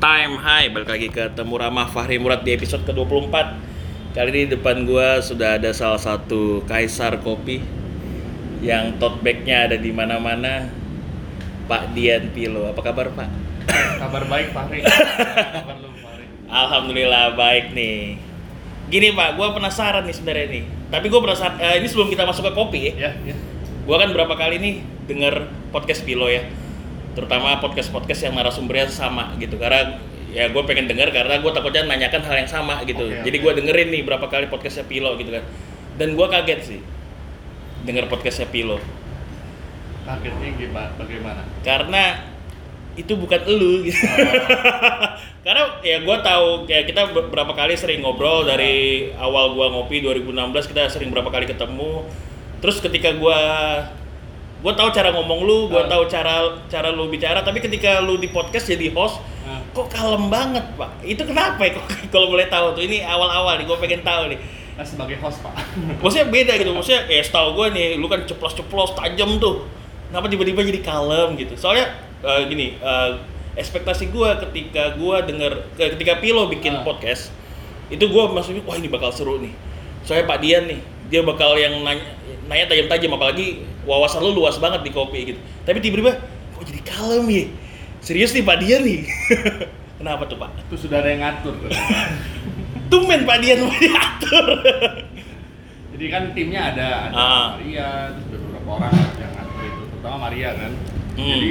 Time, hai, balik lagi ketemu Rama Fahri Murad di episode ke-24. Kali ini depan gua sudah ada salah satu kaisar kopi yang tote bag-nya ada di mana-mana, Pak Dian Pilo. Apa kabar, Pak? Kabar baik, Fahri. Kabar lu, Fahri. Alhamdulillah baik nih. Gini, Pak, gua penasaran nih sebenarnya nih. Tapi gua penasaran, ini sebelum kita masuk ke kopi ya. Ya. Gua kan berapa kali nih denger podcast Pilo ya. Terutama podcast-podcast yang narasumbernya sama gitu, karena ya gue pengen denger karena gue takutnya nanyakan hal yang sama gitu. Jadi gue dengerin nih berapa kali podcastnya Pilo gitu kan, dan gue kaget sih denger podcastnya Pilo Kagetnya bagaimana? karena itu bukan elu gitu. Karena ya gue tahu kayak kita berapa kali sering ngobrol dari awal gue ngopi 2016, kita sering berapa kali ketemu. Terus ketika gue tahu cara ngomong lu, gue tahu cara lu bicara, tapi ketika lu di podcast jadi host, kok kalem banget, Pak. Itu kenapa ya? Kalau boleh tahu tuh, ini awal-awal nih, gue pengen tahu nih. Nah, sebagai host, Pak. Maksudnya beda gitu, maksudnya setahu gue nih, lu kan ceplos-ceplos, tajam tuh. Kenapa tiba-tiba jadi kalem gitu? Soalnya ekspektasi gue ketika Pilo bikin podcast, itu gue maksudnya, wah ini bakal seru nih. Soalnya Pak Dian nih, dia bakal yang nanya tajam-tajam, apalagi wawasan lu luas banget di kopi gitu. Tapi tiba-tiba kok jadi kalem ya? Serius nih Pak Dian nih. Kenapa tuh, Pak? Itu sudah ada yang ngatur. Tumben Pak Dian mau diatur. Jadi kan timnya ada Maria, terus beberapa orang yang ngatur itu, terutama Maria kan. Jadi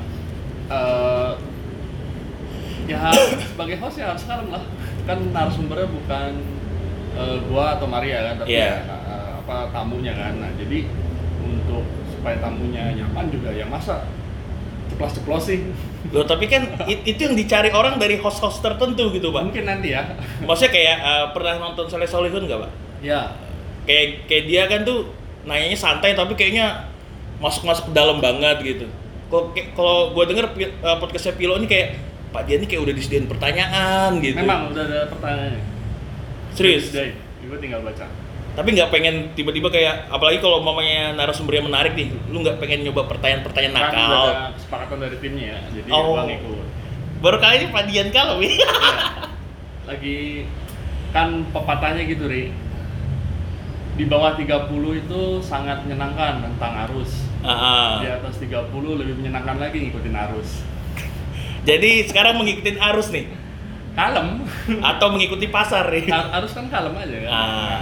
ya sebagai host ya harus kalem lah. Kan narasumbernya bukan gua atau Maria kan, tapi tamunya kan. Nah, jadi untuk supaya tamunya nyaman juga ya masa ceplos-ceplos sih. Loh, tapi kan itu yang dicari orang dari host-host tertentu gitu, Pak. Mungkin nanti ya. Maksudnya kayak pernah nonton Soleh Solihun nggak, Pak? Ya. Kayak dia kan tuh nanyanya santai tapi kayaknya masuk ke dalam banget gitu. Kalau gue denger podcastnya Pilo ini kayak Pak Dian ini kayak udah disediain pertanyaan gitu. Memang udah ada pertanyaannya. Serius? Udah, gue tinggal baca. Tapi nggak pengen tiba-tiba kayak, apalagi kalau mamanya narasumbernya menarik nih, lu nggak pengen nyoba pertanyaan-pertanyaan nakal? Kan udah ada kesepakatan dari timnya ya, jadi gua ngikut. Baru kali ini Pak Dian kalem ya? Lagi kan pepatahnya gitu, Ri. Di bawah 30 itu sangat menyenangkan tentang arus. Di atas 30 lebih menyenangkan lagi ngikutin arus. Jadi sekarang mengikuti arus nih? Kalem. Atau mengikuti pasar nih? Arus kan kalem aja kan.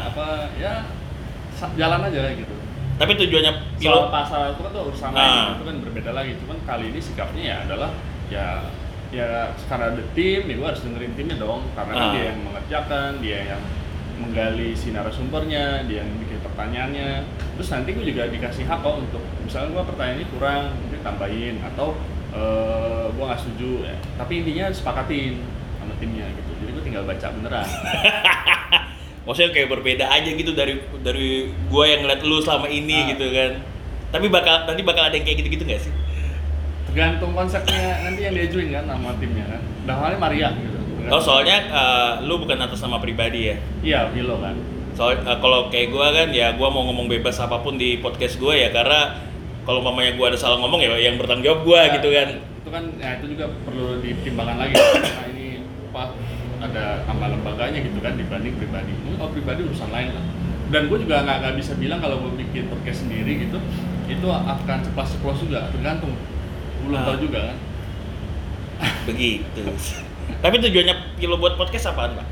Jalan aja gitu. Tapi tujuannya Soal pasar itu kan tuh urusan lain, itu kan berbeda lagi. Cuman kali ini sikapnya ya adalah ya karena ada tim, nih gua harus dengerin timnya dong. Karena kan dia yang mengerjakan, dia yang menggali si narasumbernya, dia yang bikin pertanyaannya. Terus nanti gue juga dikasih hak kok untuk misalnya gue pertanyaannya kurang, mungkin tambahin atau gue nggak setuju ya. Tapi intinya sepakatin sama timnya gitu. Jadi gue tinggal baca beneran. Maksudnya kayak berbeda aja gitu dari gue yang ngeliat lu selama ini gitu kan. Tapi nanti bakal ada yang kayak gitu-gitu nggak sih? Tergantung konsepnya nanti yang diajuin kan sama timnya kan. Dalamnya Maria gitu. Soalnya lu bukan atas nama pribadi ya? Iya, Pilo kan. Kalau kayak gue kan ya gue mau ngomong bebas apapun di podcast gue ya, karena kalau mamanya gue ada salah ngomong ya yang bertanggung jawab gue gitu kan. Itu kan ya itu juga perlu dipertimbangkan lagi. Karena ini ada tambah lembaganya gitu kan dibanding pribadi. Kalau pribadi urusan lain lah. Dan gue juga nggak bisa bilang kalau gue bikin podcast sendiri gitu itu akan ceplos-ceplos juga, tergantung. Belum tahu juga kan. Begitu. Tapi tujuannya Pilo buat podcast apaan, Pak?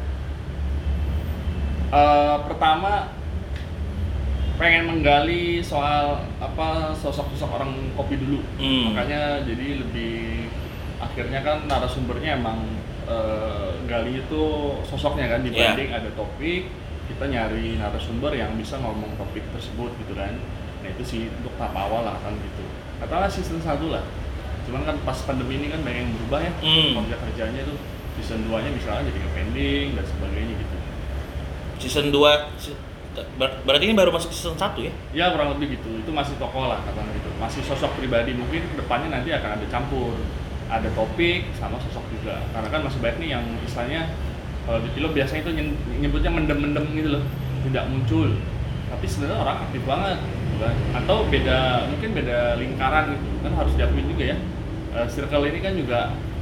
Pertama pengen menggali soal sosok-sosok orang kopi dulu. Makanya jadi lebih akhirnya kan narasumbernya emang gali itu sosoknya kan dibanding ada topik, kita nyari narasumber yang bisa ngomong topik tersebut gitu kan. Nah itu sih untuk tahap awal lah kan gitu. Katakanlah season 1 lah. Cuman kan pas pandemi ini kan banyak yang berubah ya. Kerjanya itu season 2-nya misalnya jadi pending dan sebagainya gitu. Season 2 berarti ini baru masuk season 1 ya? Ya kurang lebih gitu. Itu masih tokoh lah katanya gitu. Masih sosok pribadi, mungkin kedepannya nanti akan ada campur. Ada topik sama sosok juga. Karena kan masih banyak nih yang istilahnya kalau di Pilo biasanya itu nyebutnya mendem-mendem gitu loh. Tidak muncul. Tapi sebenarnya orang aktif banget gitu kan. Atau mungkin beda lingkaran gitu. Kan harus diakui juga ya. Circle ini kan juga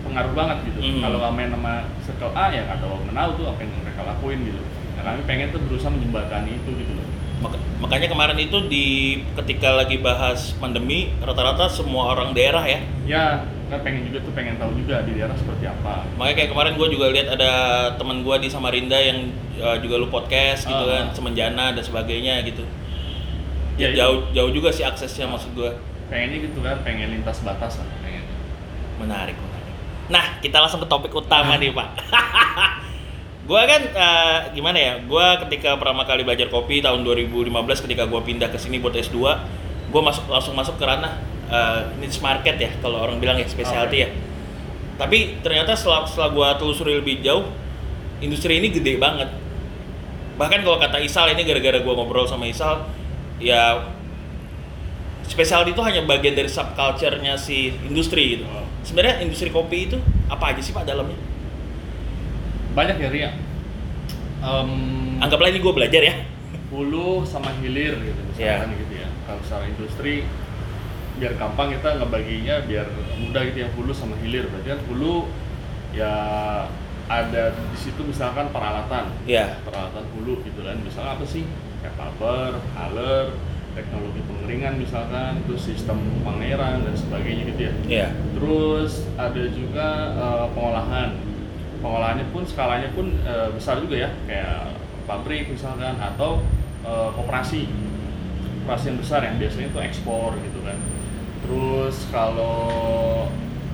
pengaruh banget gitu. Kalau nggak main sama circle A ya nggak tahu menahu tuh apa yang mereka lakuin gitu. Nah kami pengen tuh berusaha menjembatani itu gitu loh. Makanya kemarin itu ketika lagi bahas pandemi, rata-rata semua orang daerah ya. Ya, kan pengen tahu juga di daerah seperti apa. Makanya kayak kemarin gue juga lihat ada teman gue di Samarinda yang juga lu podcast gitu kan, Semenjana dan sebagainya gitu. Ya, jauh juga sih aksesnya maksud gue. Pengennya gitu kan, pengen lintas batas lah pengen. Menarik. Nah, kita langsung ke topik utama nih Pak. Gue kan gimana ya, gue ketika pertama kali belajar kopi tahun 2015 ketika gue pindah ke sini buat S2, gue langsung masuk ke ranah niche market ya, kalau orang bilang ya specialty ya. Tapi ternyata setelah gue telusuri lebih jauh, industri ini gede banget. Bahkan kalau kata Isal ini gara-gara gue ngobrol sama Isal, ya specialty itu hanya bagian dari subculture-nya si industri gitu. Sebenarnya industri kopi itu apa aja sih Pak dalamnya? Banyak ya Ria. Anggaplah ini gue belajar ya. Hulu sama hilir gitu misalkan gitu ya. Kalau secara industri biar gampang kita ngebaginya biar mudah gitu ya, hulu sama hilir. Berarti kan hulu ya ada di situ misalkan peralatan. Peralatan hulu gitu kan. Misalnya apa sih? Kayak paper, haler, teknologi pengeringan misalkan, itu sistem pengairan dan sebagainya gitu ya. Terus ada juga pengolahannya pun skalanya pun besar juga ya, kayak pabrik misalkan atau koperasi yang besar yang biasanya itu ekspor gitu kan. Terus kalau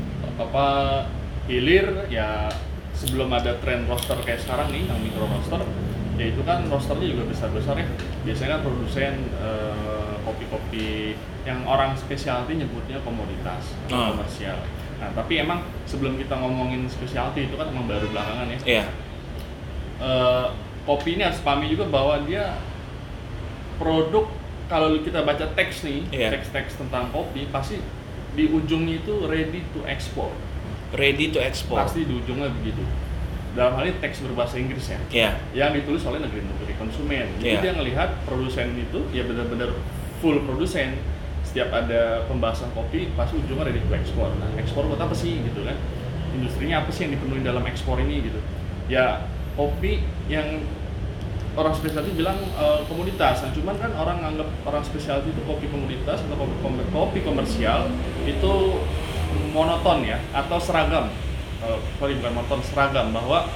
hilir ya sebelum ada tren roaster kayak sekarang nih yang micro roaster, ya itu kan roasternya juga besar ya. Biasanya kan produsen kopi-kopi yang orang specialty nyebutnya komoditas atau komersial. Nah, tapi emang sebelum kita ngomongin specialty itu kan emang baru belakangan ya. Kopi ini harus pahami juga bahwa dia produk, kalau kita baca teks nih, teks-teks tentang kopi, pasti di ujungnya itu ready to export. Pasti di ujungnya begitu. Dalam hal ini teks berbahasa Inggris ya. Yang ditulis oleh negeri-negeri konsumen. Jadi dia ngelihat produsen itu ya benar-benar full produsen. Setiap ada pembahasan kopi pasti ujungnya ready to export. Nah, ekspor buat apa sih gitu kan? Industrinya apa sih yang dipenuhi dalam ekspor ini gitu? Ya kopi yang orang spesialty bilang komoditas. Nah, cuman kan orang nganggap orang spesialty itu kopi komoditas atau kopi komersial itu monoton ya atau seragam. Bukan monoton, seragam, bahwa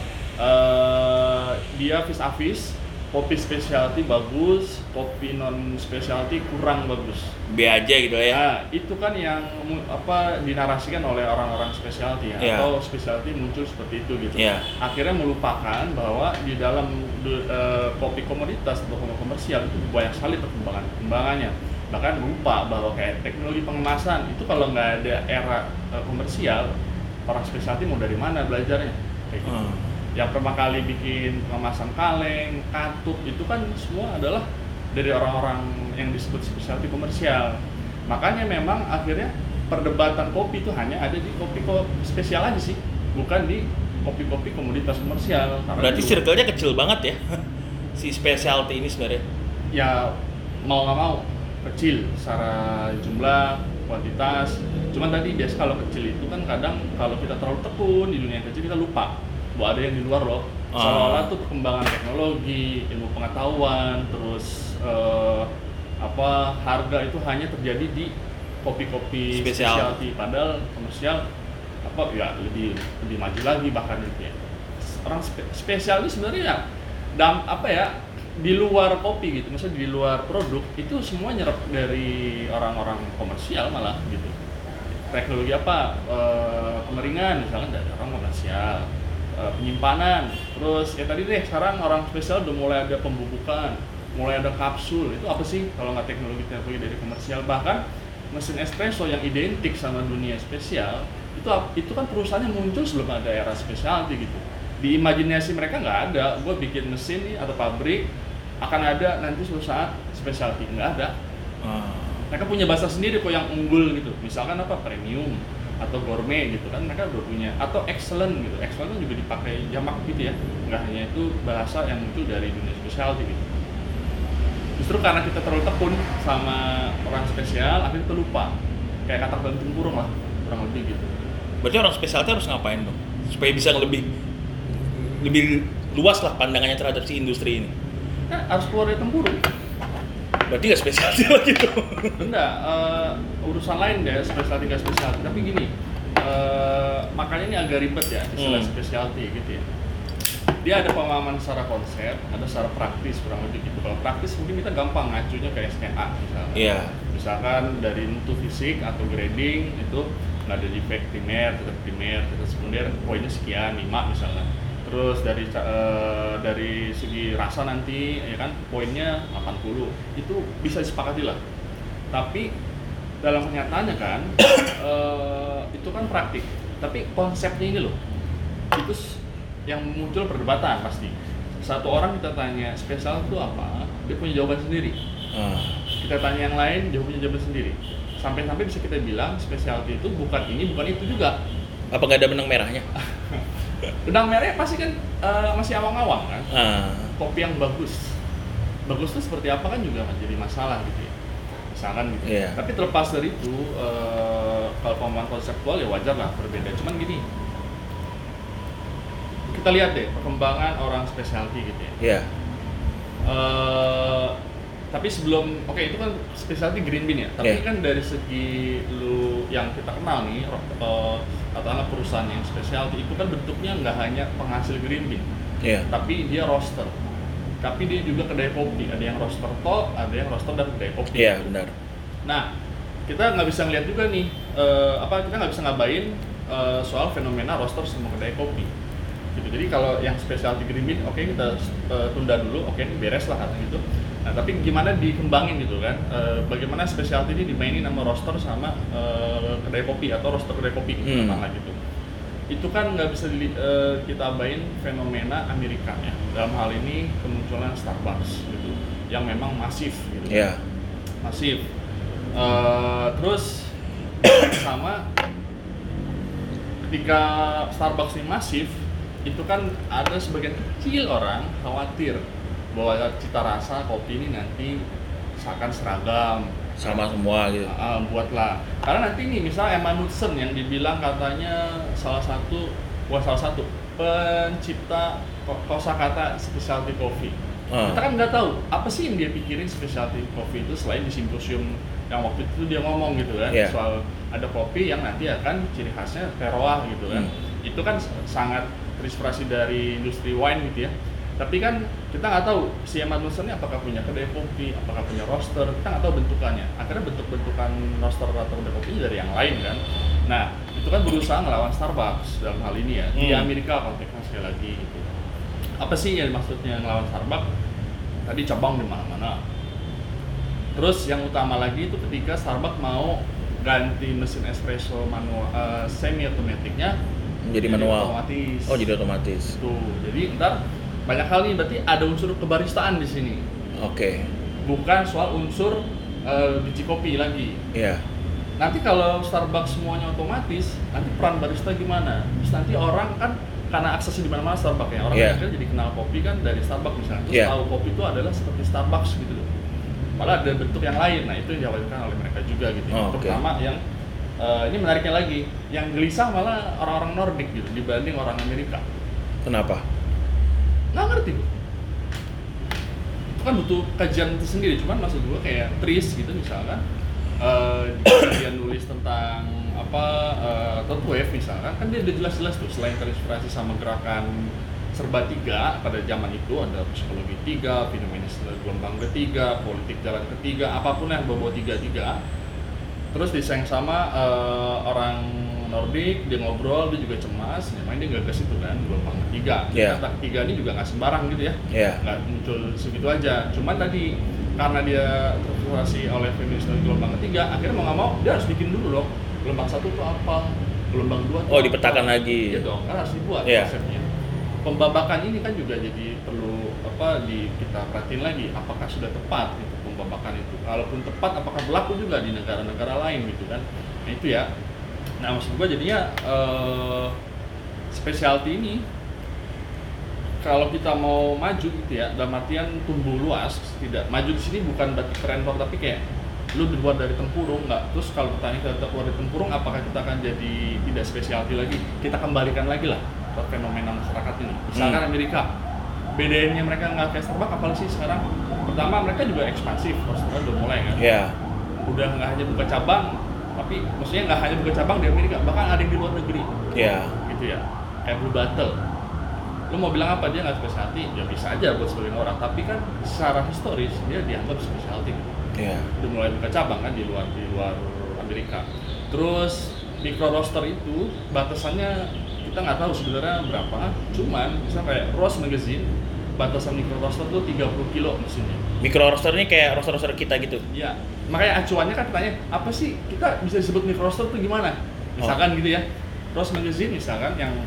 dia vis-a-vis kopi specialty bagus, kopi non specialty kurang bagus. B aja gitu ya. Nah, itu kan yang dinarasikan oleh orang-orang specialty ya, atau specialty muncul seperti itu gitu. Akhirnya melupakan bahwa di dalam kopi komoditas atau kopi komersial itu banyak sekali perkembangannya. Bahkan lupa bahwa kayak teknologi pengemasan itu kalau nggak ada era komersial, orang specialty mau dari mana belajarnya? Kayak gitu. Yang pertama kali bikin pengemasan kaleng, katup, itu kan semua adalah dari orang-orang yang disebut specialty komersial. Makanya memang akhirnya perdebatan kopi itu hanya ada di kopi spesial aja sih, bukan di kopi-kopi komoditas komersial. Berarti circle-nya kecil banget ya, si specialty ini sebenarnya? Ya mau nggak mau kecil secara jumlah, kuantitas. Cuman tadi biasa kalau kecil itu kan kadang kalau kita terlalu tekun di dunia kecil kita lupa bahwa ada yang di luar loh. Seolah-olah tuh perkembangan teknologi, ilmu pengetahuan, terus harga itu hanya terjadi di kopi-kopi specialty, padahal komersial ya lebih maju lagi bahkan gitu ya. Orang spesialis sebenarnya di luar kopi gitu, misalnya di luar produk itu semua nyerap dari orang-orang komersial malah gitu. Teknologi pengeringan misalkan dari orang komersial, penyimpanan, terus ya tadi deh sekarang orang spesial udah mulai ada pembubukan, mulai ada kapsul. Itu apa sih kalau nggak teknologi dari komersial? Bahkan mesin espresso yang identik sama dunia spesial itu kan perusahaannya muncul sebelum ada era specialty gitu. Di imajinasi mereka nggak ada, gue bikin mesin nih atau pabrik akan ada nanti suatu saat specialty, nggak ada. Mereka punya bahasa sendiri kok yang unggul gitu, misalkan premium atau gourmet gitu kan, mereka udah punya, atau excellent gitu. Excellent kan juga dipakai jamak gitu ya, nggak hanya itu bahasa yang muncul dari dunia specialty gitu. Justru karena kita terlalu tekun sama orang spesial, akhirnya kita lupa, kayak kata dalam tempurung lah kurang lebih gitu, Berarti orang specialty harus ngapain dong? Supaya bisa lebih luas lah pandangannya terhadap si industri ini. Harus keluar dari tempurung. Berarti nggak specialty lagi tuh. Enggak, urusan lain deh, specialty nggak specialty. Tapi gini, makanya ini agak ribet ya istilah specialty gitu ya. Dia ada pemahaman secara konsep, ada secara praktis kurang lebih gitu. Kalau praktis mungkin kita gampang ngacunya ke SKA misalnya. Iya. Misalkan dari mutu fisik atau grading itu nggak ada defect primer, tetap sekunder, poinnya sekian 5 misalnya. Terus dari segi rasa nanti ya kan poinnya 80, itu bisa disepakati lah. Tapi dalam kenyataannya kan itu kan praktik. Tapi konsepnya ini loh, itu yang muncul perdebatan pasti. Satu orang kita tanya spesial itu apa, dia punya jawaban sendiri. Kita tanya yang lain, dia punya jawaban sendiri. Sampai-sampai bisa kita bilang specialty itu bukan ini, bukan itu juga. Apa nggak ada benang merahnya? Benang merahnya pasti kan masih awang-awang kan. Kopi yang bagus itu seperti apa kan juga menjadi masalah gitu ya. Misalkan gitu. Yeah. Tapi terlepas dari itu, kalau pemahaman konseptual ya wajar lah berbeda. Cuman gini, kita lihat deh perkembangan orang specialty gitu ya. Iya. Tapi sebelum, itu kan specialty green bean ya. Tapi kan dari segi lu yang kita kenal nih, katakanlah perusahaan yang specialty itu kan bentuknya nggak hanya penghasil green bean, tapi dia roaster. Tapi dia juga kedai kopi. Ada yang roaster top, ada yang roaster dan kedai kopi. Iya, benar. Nah, kita nggak bisa ngeliat juga nih, kita nggak bisa ngabain soal fenomena roaster sama kedai kopi. Gitu. Jadi kalau yang specialty green bean, kita tunda dulu, ini beres lah katanya gitu. Nah, tapi gimana dikembangin gitu kan? Bagaimana specialty ini dimainin sama roaster sama kedai kopi atau roaster kedai kopi gitu, gitu. Itu kan nggak bisa kita abain fenomena Amerika ya. Dalam hal ini kemunculan Starbucks gitu, yang memang masif gitu. Iya. Masif. Terus sama ketika Starbucks ini masif, itu kan ada sebagian kecil orang khawatir bahwa cita rasa kopi ini nanti seakan seragam sama semua gitu. Buatlah, karena nanti nih misal Emma Knudsen yang dibilang katanya salah satu pencipta kosakata specialty coffee. Kita kan nggak tahu apa sih yang dia pikirin specialty coffee itu selain di simposium yang waktu itu dia ngomong gitu kan, soal ada kopi yang nanti akan ciri khasnya terroir gitu kan. Itu kan sangat terinspirasi dari industri wine gitu ya. Tapi kan kita nggak tahu si Emma Knudsen ini apakah punya kedai kopi, apakah punya roaster, kita nggak tahu bentukannya. Akhirnya bentuk-bentukan roaster atau kedai kopi dari yang lain kan. Nah, itu kan berusaha ngelawan Starbucks dalam hal ini ya. Di Amerika konteksnya sekali lagi gitu. Apa sih yang maksudnya ngelawan Starbucks? Tadi cabang di mana-mana. Terus yang utama lagi itu ketika Starbucks mau ganti mesin espresso manual semi otomatiknya menjadi manual. Otomatis. Oh, jadi otomatis. Tuh. Jadi ntar banyak hal nih, berarti ada unsur kebaristaan di sini. Bukan soal unsur biji kopi lagi. Iya. Nanti kalau Starbucks semuanya otomatis, nanti peran barista gimana? Terus nanti orang kan karena aksesnya di mana-mana Starbucks ya, orang kan jadi kenal kopi kan dari Starbucks misalnya. Terus tahu kopi itu adalah seperti Starbucks gitu loh. Malah ada bentuk yang lain. Nah, itu yang dikhawatirkan oleh mereka juga gitu. Terutama yang ini menariknya lagi, yang gelisah malah orang-orang Nordik gitu dibanding orang Amerika. Kenapa? Nggak ngerti gue. Itu kan butuh kajian tersendiri, cuman maksud gue kayak Tris gitu misalkan dia nulis tentang third wave misalkan, kan dia udah jelas-jelas tuh selain terinspirasi sama gerakan serba tiga pada zaman itu, ada psikologi tiga, fenomenisme gelombang ketiga, politik jalan ketiga, apapun yang bawa tiga. Terus disayang sama orang Nordik, dia ngobrol, dia juga cemas, memang dia gagas itu kan gelombang ketiga. Kata ketiga ini juga nggak sembarang gitu ya, nggak muncul segitu aja. Cuman tadi karena dia terinspirasi oleh feminisme gelombang ketiga, akhirnya mau nggak mau dia harus bikin dulu loh. Gelombang satu itu apa, gelombang dua itu dipetakan lagi. Iya dong, kan harus dibuat konsepnya. Pembabakan ini kan juga jadi perlu kita perhatiin lagi, apakah sudah tepat gitu pembabakan itu. Kalaupun tepat, apakah berlaku juga di negara-negara lain gitu kan? Nah itu ya. Nah maksud gue jadinya specialty ini kalau kita mau maju gitu ya, dalam artian tumbuh luas, tidak maju di sini bukan berarti keren tapi kayak lu dibuat dari tempurung nggak, terus kalau petani kita keluar dari tempurung, apakah kita akan jadi tidak spesialty lagi? Kita kembalikan lagi lah ke fenomena masyarakat ini. Misalkan Amerika, bedanya mereka nggak kayak Starbucks apa sih sekarang? Pertama mereka juga ekspansif, roasternya udah mulai kan? Udah nggak hanya buka cabang, tapi maksudnya nggak hanya buka cabang di Amerika, bahkan ada yang di luar negeri. Gitu ya, kayak Blue Bottle. Lu mau bilang apa, dia nggak specialty? Ya bisa aja buat sebagian orang, tapi kan secara historis dia dianggap specialty. Udah mulai buka cabang kan di luar Amerika. Terus micro roaster itu batasannya kita nggak tahu sebenarnya berapa, cuman bisa kayak Roast Magazine batasan micro roaster tuh 30 kilo mesinnya. Micro roaster ini kayak roaster-roaster kita gitu? Iya, makanya acuannya kan tanya apa sih kita bisa disebut micro roaster tuh gimana? Misalkan gitu ya, Roast Magazine misalkan yang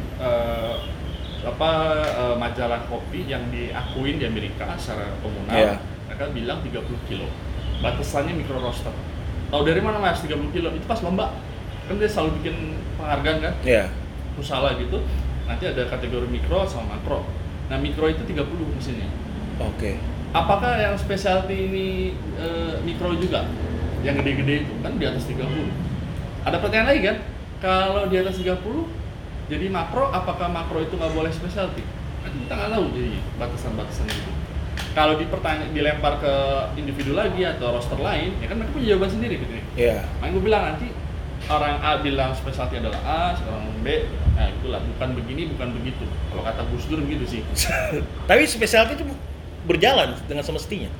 majalah kopi yang diakuin di Amerika secara komunal, mereka bilang 30 kilo batasannya micro roaster. Tahu dari mana mas 30 kilo? Itu pas lomba kan dia selalu bikin penghargaan kan, usaha gitu, nanti ada kategori mikro sama makro. Nah mikro itu 30 mesinnya. Apakah yang specialty ini mikro juga? Yang gede-gede itu kan di atas 30. Ada pertanyaan lagi kan, kalau di atas 30 jadi makro, apakah makro itu nggak boleh specialty? Kan kita nggak tahu jadi batasan-batasan itu. Kalau dilempar ke individu lagi atau roster lain, ya kan mereka punya jawaban sendiri gitu. Makanya gue bilang nanti orang A bilang specialty adalah A, orang B, nah itulah bukan begini, bukan begitu. Kalau kata Gus Dur begitu sih. Tapi specialty itu berjalan dengan semestinya,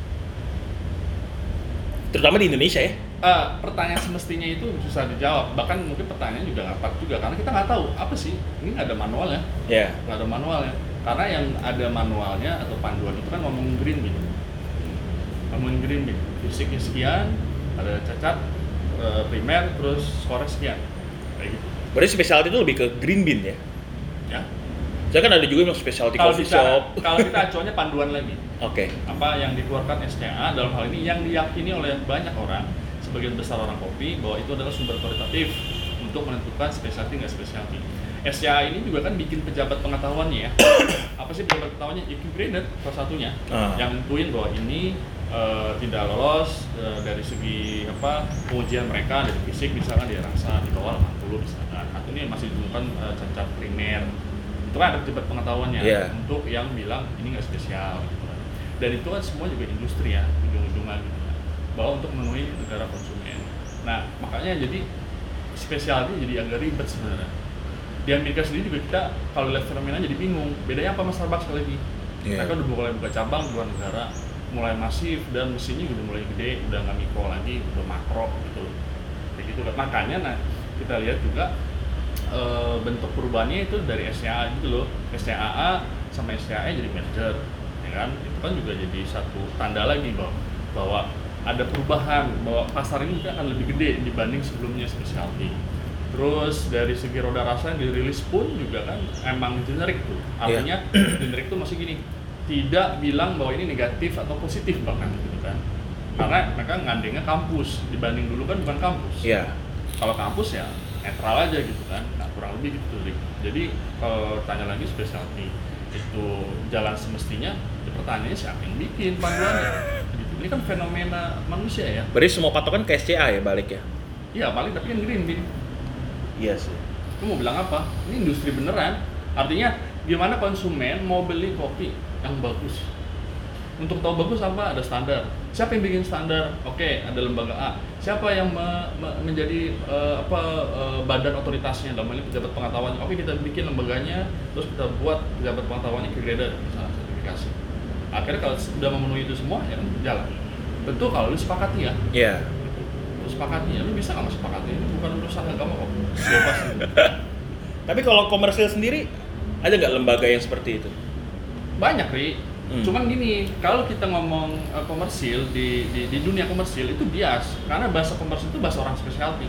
terutama di Indonesia ya. Pertanyaan semestinya itu susah dijawab, bahkan mungkin pertanyaan juga nggak tepat juga karena kita nggak tahu apa sih, ini nggak ada manualnya. Nggak ada manualnya, karena yang ada manualnya atau panduan itu kan ngomongin green bean, fisiknya sekian, ada cacat primer, terus skor sekian, kayak gitu. Berarti specialty itu lebih ke green bean ya? Saya kan ada juga yang specialty coffee shop. Kalau kita acuannya panduan lagi. Apa yang dikeluarkan SCA dalam hal ini yang diyakini oleh banyak orang, sebagian besar orang kopi, bahwa itu adalah sumber kualitatif untuk menentukan specialty nggak specialty. SCA ini juga kan bikin pejabat pengetahuannya ya. Apa sih pejabat pengetahuannya? IQ Grader salah satunya, yang nentuin bahwa ini tidak lolos dari segi pengujian mereka dari fisik, misalkan dia rasa di bawah 80 misalkan, atau ini masih ditemukan cacat primer. Itu kan ada pejabat pengetahuannya untuk yang bilang ini nggak spesial gitu kan. Dan itu kan semua juga industri ya, ujung-ujungan gitu kan, bahwa untuk memenuhi negara konsumen. Nah makanya jadi specialty jadi agak ribet sebenarnya. Di Amerika sendiri juga kita kalau lihat fenomena jadi bingung, bedanya apa sama Starbucks lagi? Mereka udah mulai buka cabang di luar negara, mulai masif dan mesinnya udah mulai gede, udah nggak mikro lagi, udah makro gitu. Kayak gitu kan. Makanya kita lihat juga bentuk perubahannya itu dari SCA gitu loh, SCAA sama SCAE jadi merger, ya kan? Itu kan juga jadi satu tanda lagi bahwa ada perubahan, bahwa pasar ini juga akan lebih gede dibanding sebelumnya specialty. Terus dari segi roda rasa yang dirilis pun juga kan emang generik tuh, artinya generik tuh masih gini, tidak bilang bahwa ini negatif atau positif bahkan gitu kan, karena mereka ngandengnya kampus dibanding dulu kan bukan kampus. Kalau kampus ya netral aja gitu kan, nah kurang lebih gitu. Jadi kalau tanya lagi specialty itu jalan semestinya, ya pertanyaannya siapa yang bikin panduannya gitu. Ini kan fenomena manusia ya. Berarti semua patokan ke SCA ya balik ya? Iya balik, tapi kan green bean. Iya sih. Lu mau bilang apa? Ini industri beneran. Artinya gimana konsumen mau beli kopi yang bagus? Untuk tahu bagus apa? Ada standar. Siapa yang bikin standar? Oke, ada lembaga A. Siapa yang menjadi badan otoritasnya? Dalam hal ini pejabat pengetahuan. Oke, kita bikin lembaganya, terus kita buat pejabat pengetahuannya ke grader, misalnya sertifikasi. Akhirnya kalau sudah memenuhi itu semua, ya kan jalan. Tentu kalau lu sepakati ya. Lu sepakati ya, lu bisa nggak sepakati? Ini bukan urusan agama kok. Bebas. Tapi kalau komersil sendiri, ada nggak lembaga yang seperti itu? Banyak, Ri. Cuman gini, kalau kita ngomong komersil di dunia komersil itu bias, karena bahasa komersil itu bahasa orang specialty.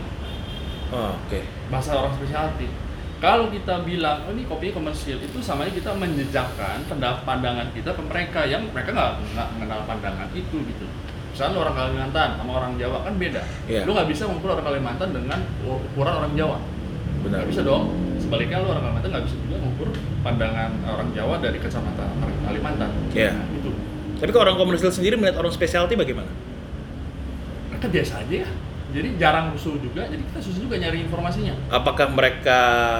Bahasa orang specialty. Kalau kita bilang, oh ini kopinya komersil, itu sama aja kita menjejakkan pandangan kita ke mereka yang mereka nggak mengenal pandangan itu gitu. Misalnya lu orang Kalimantan sama orang Jawa kan beda. Lu nggak bisa mengukur orang Kalimantan dengan ukuran orang Jawa. Nggak bisa dong. Sebaliknya lu orang Kalimantan nggak bisa juga mengukur pandangan orang Jawa dari kacamata orang Kalimantan. Gitu. Tapi kalau orang komersil sendiri melihat orang specialty bagaimana? mereka biasa aja ya. Jadi jarang rusuh juga, jadi kita susah juga nyari informasinya. Apakah mereka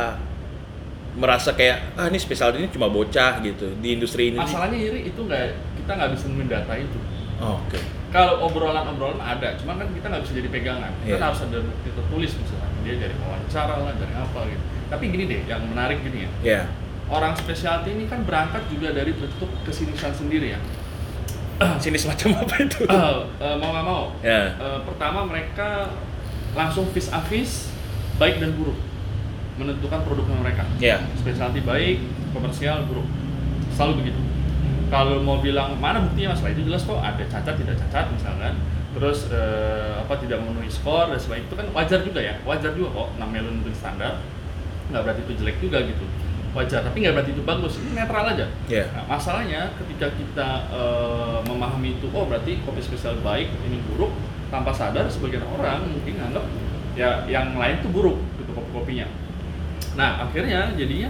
merasa kayak ini specialty ini cuma bocah gitu di industri ini? Masalahnya iri itu kita nggak bisa nemuin data itu. Oke. Kalau obrolan ada, cuma kan kita nggak bisa jadi pegangan. Kita Yeah. harus ada bukti tertulis misalnya dia dari wawancara lah, dari apa gitu. Tapi gini deh, yang menarik gini ya. Ya. Orang specialty ini kan berangkat juga dari bentuk kesinisan sendiri ya. Sini semacam apa itu? Mau nggak mau. Ya. Pertama mereka langsung vis a vis baik dan buruk menentukan produknya mereka. Ya. Specialty baik, komersial buruk. Selalu begitu. Kalau mau bilang mana buktinya masalah itu jelas kok ada cacat tidak cacat misalkan. Terus tidak memenuhi skor dan sebagainya itu kan wajar juga ya. Wajar juga kok namanya lu nentuin standar. Nggak berarti itu jelek juga gitu. Wajar, tapi nggak berarti itu bagus. Ini netral aja. Yeah. Nah, masalahnya ketika kita memahami itu, berarti kopi spesial baik, ini buruk, tanpa sadar sebagian orang mungkin anggap ya yang lain itu buruk gitu kopi-kopinya. Nah akhirnya jadinya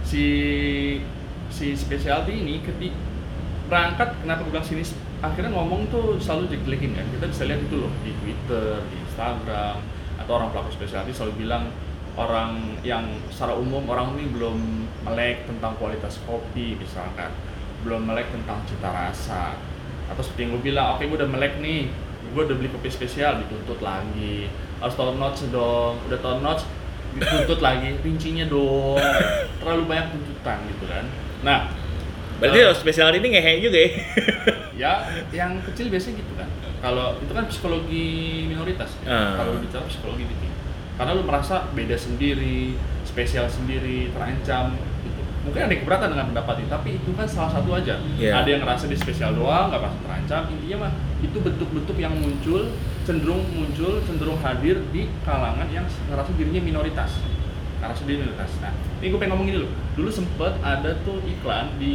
si specialty ini ketika berangkat, kenapa gue bilang sini akhirnya ngomong tuh selalu jelek-jelekin kan. Kita bisa lihat itu loh di Twitter, di Instagram, atau orang pelaku specialty selalu bilang orang yang secara umum orang ini belum melek tentang kualitas kopi misalkan, belum melek tentang cita rasa, atau seperti yang gue bilang, oke gue udah melek nih, gue udah beli kopi spesial, dituntut lagi, harus tahu notes dong, udah tahu notes dituntut lagi, rincinya dong, terlalu banyak tuntutan gitu kan. Nah Berarti spesial ini ngehe juga ya? ya yang kecil biasanya gitu kan, kalau itu kan psikologi minoritas ya. Kalau bicara psikologi gitu, karena lu merasa beda sendiri, spesial sendiri, terancam gitu. Mungkin ada yang keberatan dengan pendapat itu, tapi itu kan salah satu aja. Ada yang ngerasa di spesial doang, nggak merasa terancam. Intinya mah itu bentuk-bentuk yang cenderung hadir di kalangan yang ngerasa dirinya minoritas. Nah, ini gue pengen ngomong gini loh. Dulu sempet ada tuh iklan di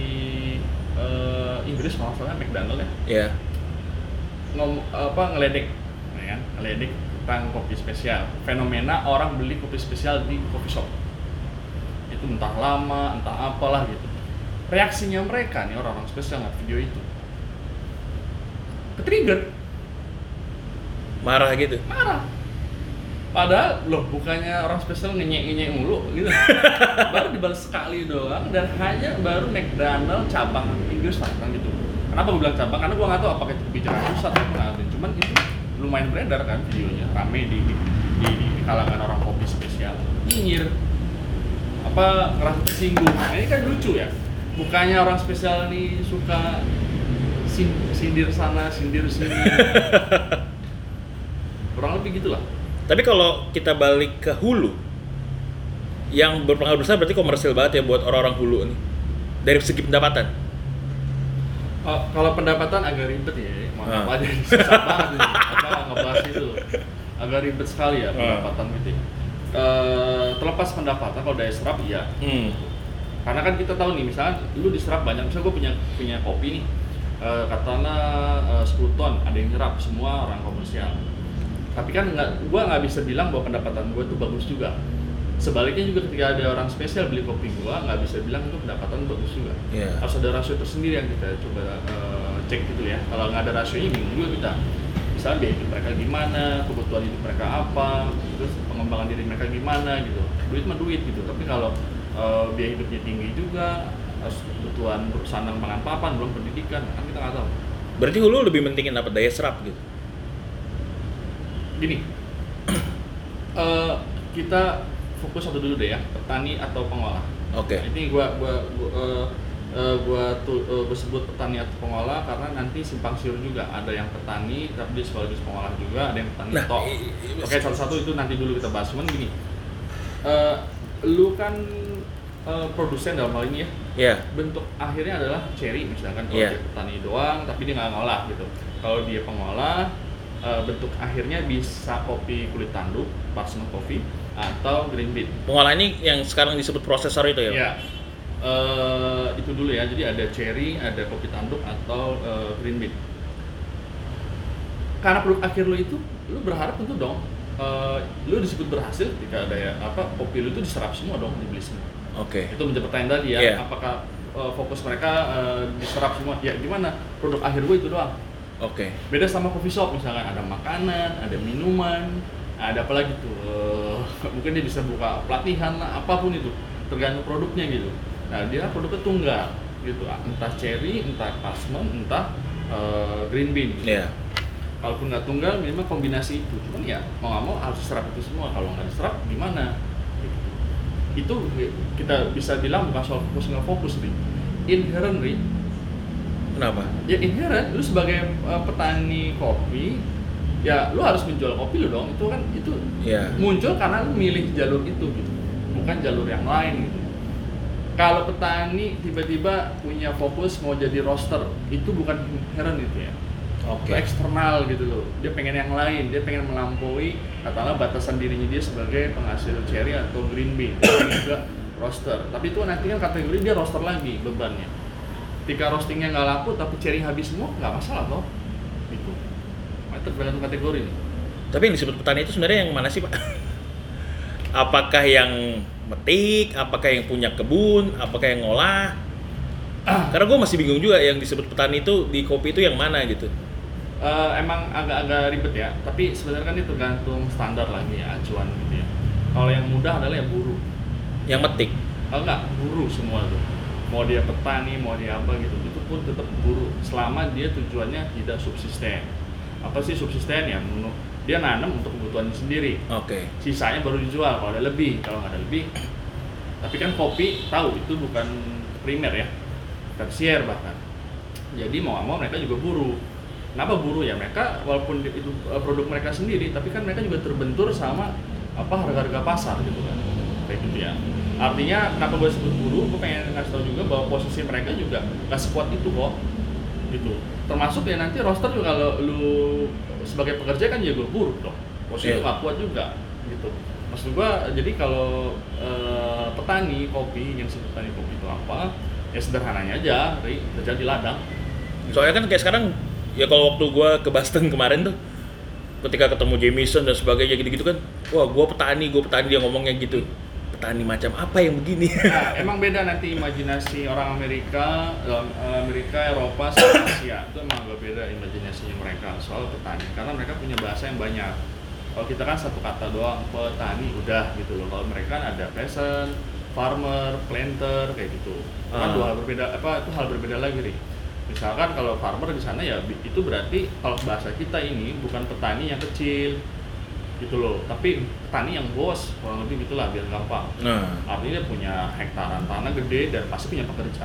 Inggris kalau nggak salah, McDonald ya. Ngeledek, ya kan? Ngeledek tentang kopi spesial. Fenomena orang beli kopi spesial di coffee shop. Itu entah lama, entah apalah gitu. Reaksinya mereka nih orang-orang spesial ngeliat video itu, ke-trigger. Marah gitu? Marah. Padahal loh bukannya orang spesial ngenyek mulu gitu. Baru dibalas sekali doang dan hanya baru McDonald cabang Inggris lah kan gitu. Kenapa gue bilang cabang? Karena gue nggak tahu apakah itu kebijakan pusat atau apa. Cuman itu lumayan beredar kan videonya, rame di kalangan orang kopi spesial. Nyinyir, ngerasa tersinggung. Nah, ini kan lucu ya. Bukannya orang spesial nih suka sindir sana, sindir sini. Kurang lebih gitulah. Tapi kalau kita balik ke hulu, yang berpengaruh besar berarti komersil banget ya buat orang-orang hulu nih, dari segi pendapatan. Kalau pendapatan agak ribet ya, maaf aja susah banget nih, ngebahas itu, agak ribet sekali ya pendapatan gitu. Terlepas pendapatan, kalau daya serap iya. Karena kan kita tahu nih, misalnya lu diserap banyak, misalnya gue punya kopi nih, katakanlah 10 ton, ada yang nyerap, semua orang komersial. Tapi kan gue nggak bisa bilang bahwa pendapatan gue tuh bagus juga. Sebaliknya juga ketika ada orang spesial beli kopi gue, nggak bisa bilang itu pendapatan bagus juga. Harus ada rasio tersendiri yang kita coba cek gitu ya. Kalau nggak ada rasionya bingung juga kita. Misalnya biaya hidup mereka gimana, kebutuhan hidup mereka apa, terus pengembangan diri mereka gimana gitu. Duit mah duit gitu. Tapi kalau biaya hidupnya tinggi juga, harus kebutuhan sandang pangan papan, belum pendidikan, kan kita nggak tahu. Berarti hulu lebih mentingin apa, daya serap gitu? Gini, kita fokus satu dulu deh ya, petani atau pengolah. Oke. Nah, ini gua sebut petani atau pengolah karena nanti simpang siur juga, ada yang petani tapi dia sekaligus pengolah juga, ada yang petani tok. Oke, satu-satu itu nanti dulu kita bahas. Cuman gini, lu kan produsen dalam hal ini ya. Yeah. Bentuk akhirnya adalah cherry misalkan, kalau dia petani doang tapi dia nggak ngolah gitu. Kalau dia pengolah, bentuk akhirnya bisa kopi kulit tanduk, parchment coffee, atau green bean. Pengolah ini yang sekarang disebut prosesor itu ya? Iya. Itu dulu ya, jadi ada cherry, ada kopi tanduk, atau green bean. Karena produk akhir lu itu, lu berharap tentu dong, lu disebut berhasil ketika ada kopi lu itu diserap semua dong, dibeli semua. Oke. Itu menjadi pertanyaan tadi ya, apakah fokus mereka diserap semua? Ya gimana? Produk akhir gue itu doang. Oke. Beda sama coffee shop misalkan ada makanan, ada minuman, ada apa lagi tuh? Mungkin dia bisa buka pelatihan lah, apapun itu, tergantung produknya gitu. Nah dia produknya tunggal gitu, entah cherry, entah parchment, entah green bean. Iya. Kalaupun nggak tunggal, memang kombinasi itu. Cuman ya mau nggak mau harus diserap itu semua. Kalau nggak diserap gimana? Gitu. Itu kita bisa bilang bukan soal fokus nggak fokus nih. Inherent nih. Kenapa? Ya inherent, lu sebagai petani kopi, ya lu harus menjual kopi lu dong. Itu kan itu Iya. muncul karena lu milih jalur itu gitu, bukan jalur yang lain gitu. Kalau petani tiba-tiba punya fokus mau jadi roaster, itu bukan inherent itu ya. Oke. Itu eksternal gitu loh. Dia pengen yang lain, dia pengen melampaui katakanlah batasan dirinya dia sebagai penghasil cherry atau green bean. Dia pengen juga roaster. Tapi itu nanti kan kategori dia roaster lagi bebannya. Ketika roastingnya nggak laku tapi cherry habis semua, nggak masalah toh. Itu. Nah, itu tergantung kategori nih. Tapi yang disebut petani itu sebenarnya yang mana sih, Pak? Apakah yang metik, apakah yang punya kebun, apakah yang ngolah? Karena gue masih bingung juga yang disebut petani itu di kopi itu yang mana gitu. Emang agak-agak ribet ya, tapi sebenarnya kan itu tergantung standar lagi ya, acuan gitu ya. Kalau yang mudah adalah yang buruh. Yang metik. Kalau nggak, buruh semua tuh. Mau dia petani, mau dia apa gitu, itu pun tetap buruh. Selama dia tujuannya tidak subsisten. Apa sih subsisten ya? Dia nanam untuk kebutuhannya sendiri. Oke. Sisanya baru dijual kalau ada lebih. Kalau nggak ada lebih, tapi kan kopi tahu itu bukan primer ya, tersier bahkan. Jadi mau nggak mau mereka juga buruh. Kenapa buruh ya? Mereka walaupun itu produk mereka sendiri, tapi kan mereka juga terbentur sama apa harga-harga pasar gitu kan, kayak gitu ya. Artinya kenapa gue sebut buruh? Gue pengen ngasih tahu juga bahwa posisi mereka juga nggak sekuat itu kok, gitu. Termasuk ya nanti roster juga kalau lu sebagai pekerja kan juga buruh dong, posisi lu nggak kuat juga, gitu. Maksud gue, jadi kalau petani kopi, yang disebut petani kopi itu apa? Ya sederhananya aja, kerja di ladang. Soalnya kan kayak sekarang ya kalau waktu gue ke Boston kemarin tuh, ketika ketemu Jameson dan sebagainya gitu-gitu kan, wah gue petani dia ngomongnya gitu. Petani macam apa yang begini? Nah, emang beda nanti imajinasi orang Amerika, Eropa, sama Asia. Itu emang agak beda imajinasinya mereka soal petani, karena mereka punya bahasa yang banyak. Kalau kita kan satu kata doang, petani, udah gitu loh. Kalau mereka kan ada peasant, farmer, planter, kayak gitu. Kan dua hal berbeda, itu hal berbeda lagi nih. Misalkan kalau farmer di sana ya itu berarti kalau bahasa kita ini bukan petani yang kecil gitu loh, tapi petani yang bos, kurang lebih gitulah biar gampang. Artinya dia punya hektaran tanah gede dan pasti punya pekerja.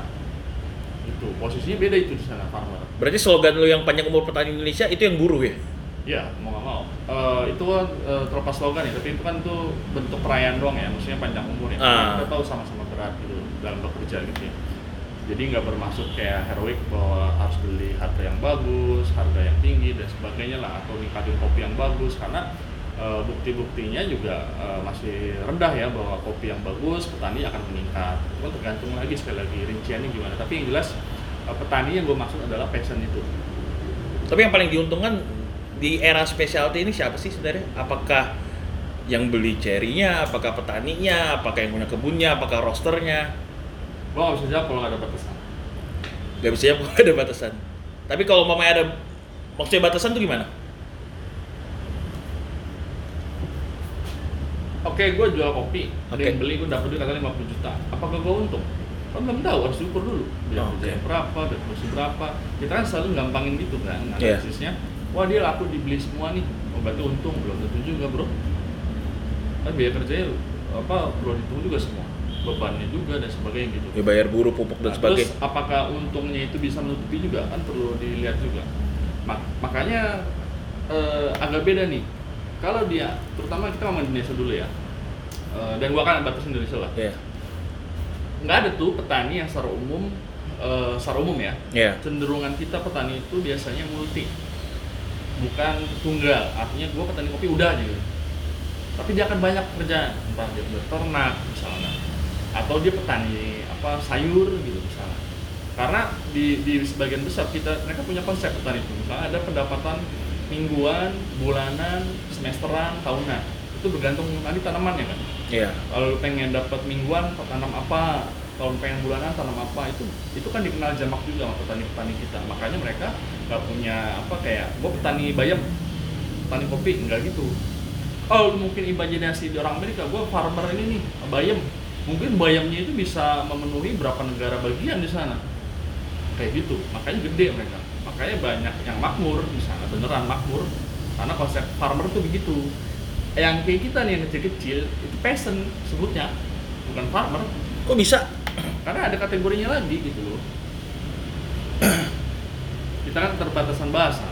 Itu posisinya beda itu di sana farmer. Berarti slogan lu yang panjang umur petani Indonesia itu yang buruh ya? Ya mau nggak mau. Itu kan terlepas slogan ya, tapi itu kan tuh bentuk perayaan doang ya, maksudnya panjang umur ya. Kita tahu sama-sama berat gitu dalam bekerja gitu ya. Jadi nggak bermaksud kayak heroik bahwa harus beli harga yang bagus, harga yang tinggi dan sebagainya lah, atau nikmatin kopi yang bagus, karena bukti-buktinya juga masih rendah ya bahwa kopi yang bagus petani akan meningkat. Itu tergantung lagi sekali lagi rinciannya gimana. Tapi yang jelas petani yang gue maksud adalah passion itu. Tapi yang paling diuntungkan di era specialty ini siapa sih sebenarnya? Apakah yang beli cherry-nya, apakah petaninya, apakah yang punya kebunnya, apakah roasternya? Gue nggak bisa jawab kalau nggak ada batasan. Gak bisa jawab kalau ada batasan. Tapi kalau mamanya ada, maksudnya batasan tuh gimana? Oke, gue jual kopi, ada yang beli, gue dapat duit katakannya 50 juta. Apakah gue untung? Kan belum tahu, harus diukur dulu. Dia kerjanya berapa, dia produksi berapa. Kita kan selalu gampangin gitu kan, analisisnya. Wah dia laku dibeli semua nih, berarti untung. Belum tentu juga bro. Kan biaya kerjanya perlu dihitung juga semua. Bebannya juga dan sebagainya gitu. Ya bayar buruh, pupuk dan sebagainya. Terus apakah untungnya itu bisa menutupi juga? Kan perlu dilihat juga. Makanya agak beda nih. Kalau dia, terutama kita ngomong Indonesia dulu ya, dan gua kan batas Indonesia lah. Nggak ada tuh petani yang secara umum ya. Cenderungan kita petani itu biasanya multi, bukan tunggal. Artinya gua petani kopi udah aja gitu. Tapi dia akan banyak pekerjaan, entah dia beternak misalnya, atau dia petani sayur gitu misalnya. Karena di sebagian besar mereka punya konsep petani itu. Misalnya ada pendapatan mingguan, bulanan, semesteran, tahunan. Itu bergantung nanti tanamannya kan. Kalau lu pengen dapat mingguan, tanam apa? kalau pengen bulanan tanam apa itu kan dikenal jamak juga sama petani-petani kita. Makanya mereka nggak punya apa kayak gue petani bayam, petani kopi, enggak gitu. Oh mungkin imajinasi di orang Amerika, gue farmer ini nih bayam, mungkin bayamnya itu bisa memenuhi berapa negara bagian di sana, kayak gitu. Makanya gede mereka, makanya banyak yang makmur di sana, beneran makmur, karena konsep farmer tuh begitu. Yang kayak kita nih yang kecil-kecil itu peasant sebutnya, bukan farmer. Kok bisa? Karena ada kategorinya lagi gitu loh. Kita kan keterbatasan bahasa.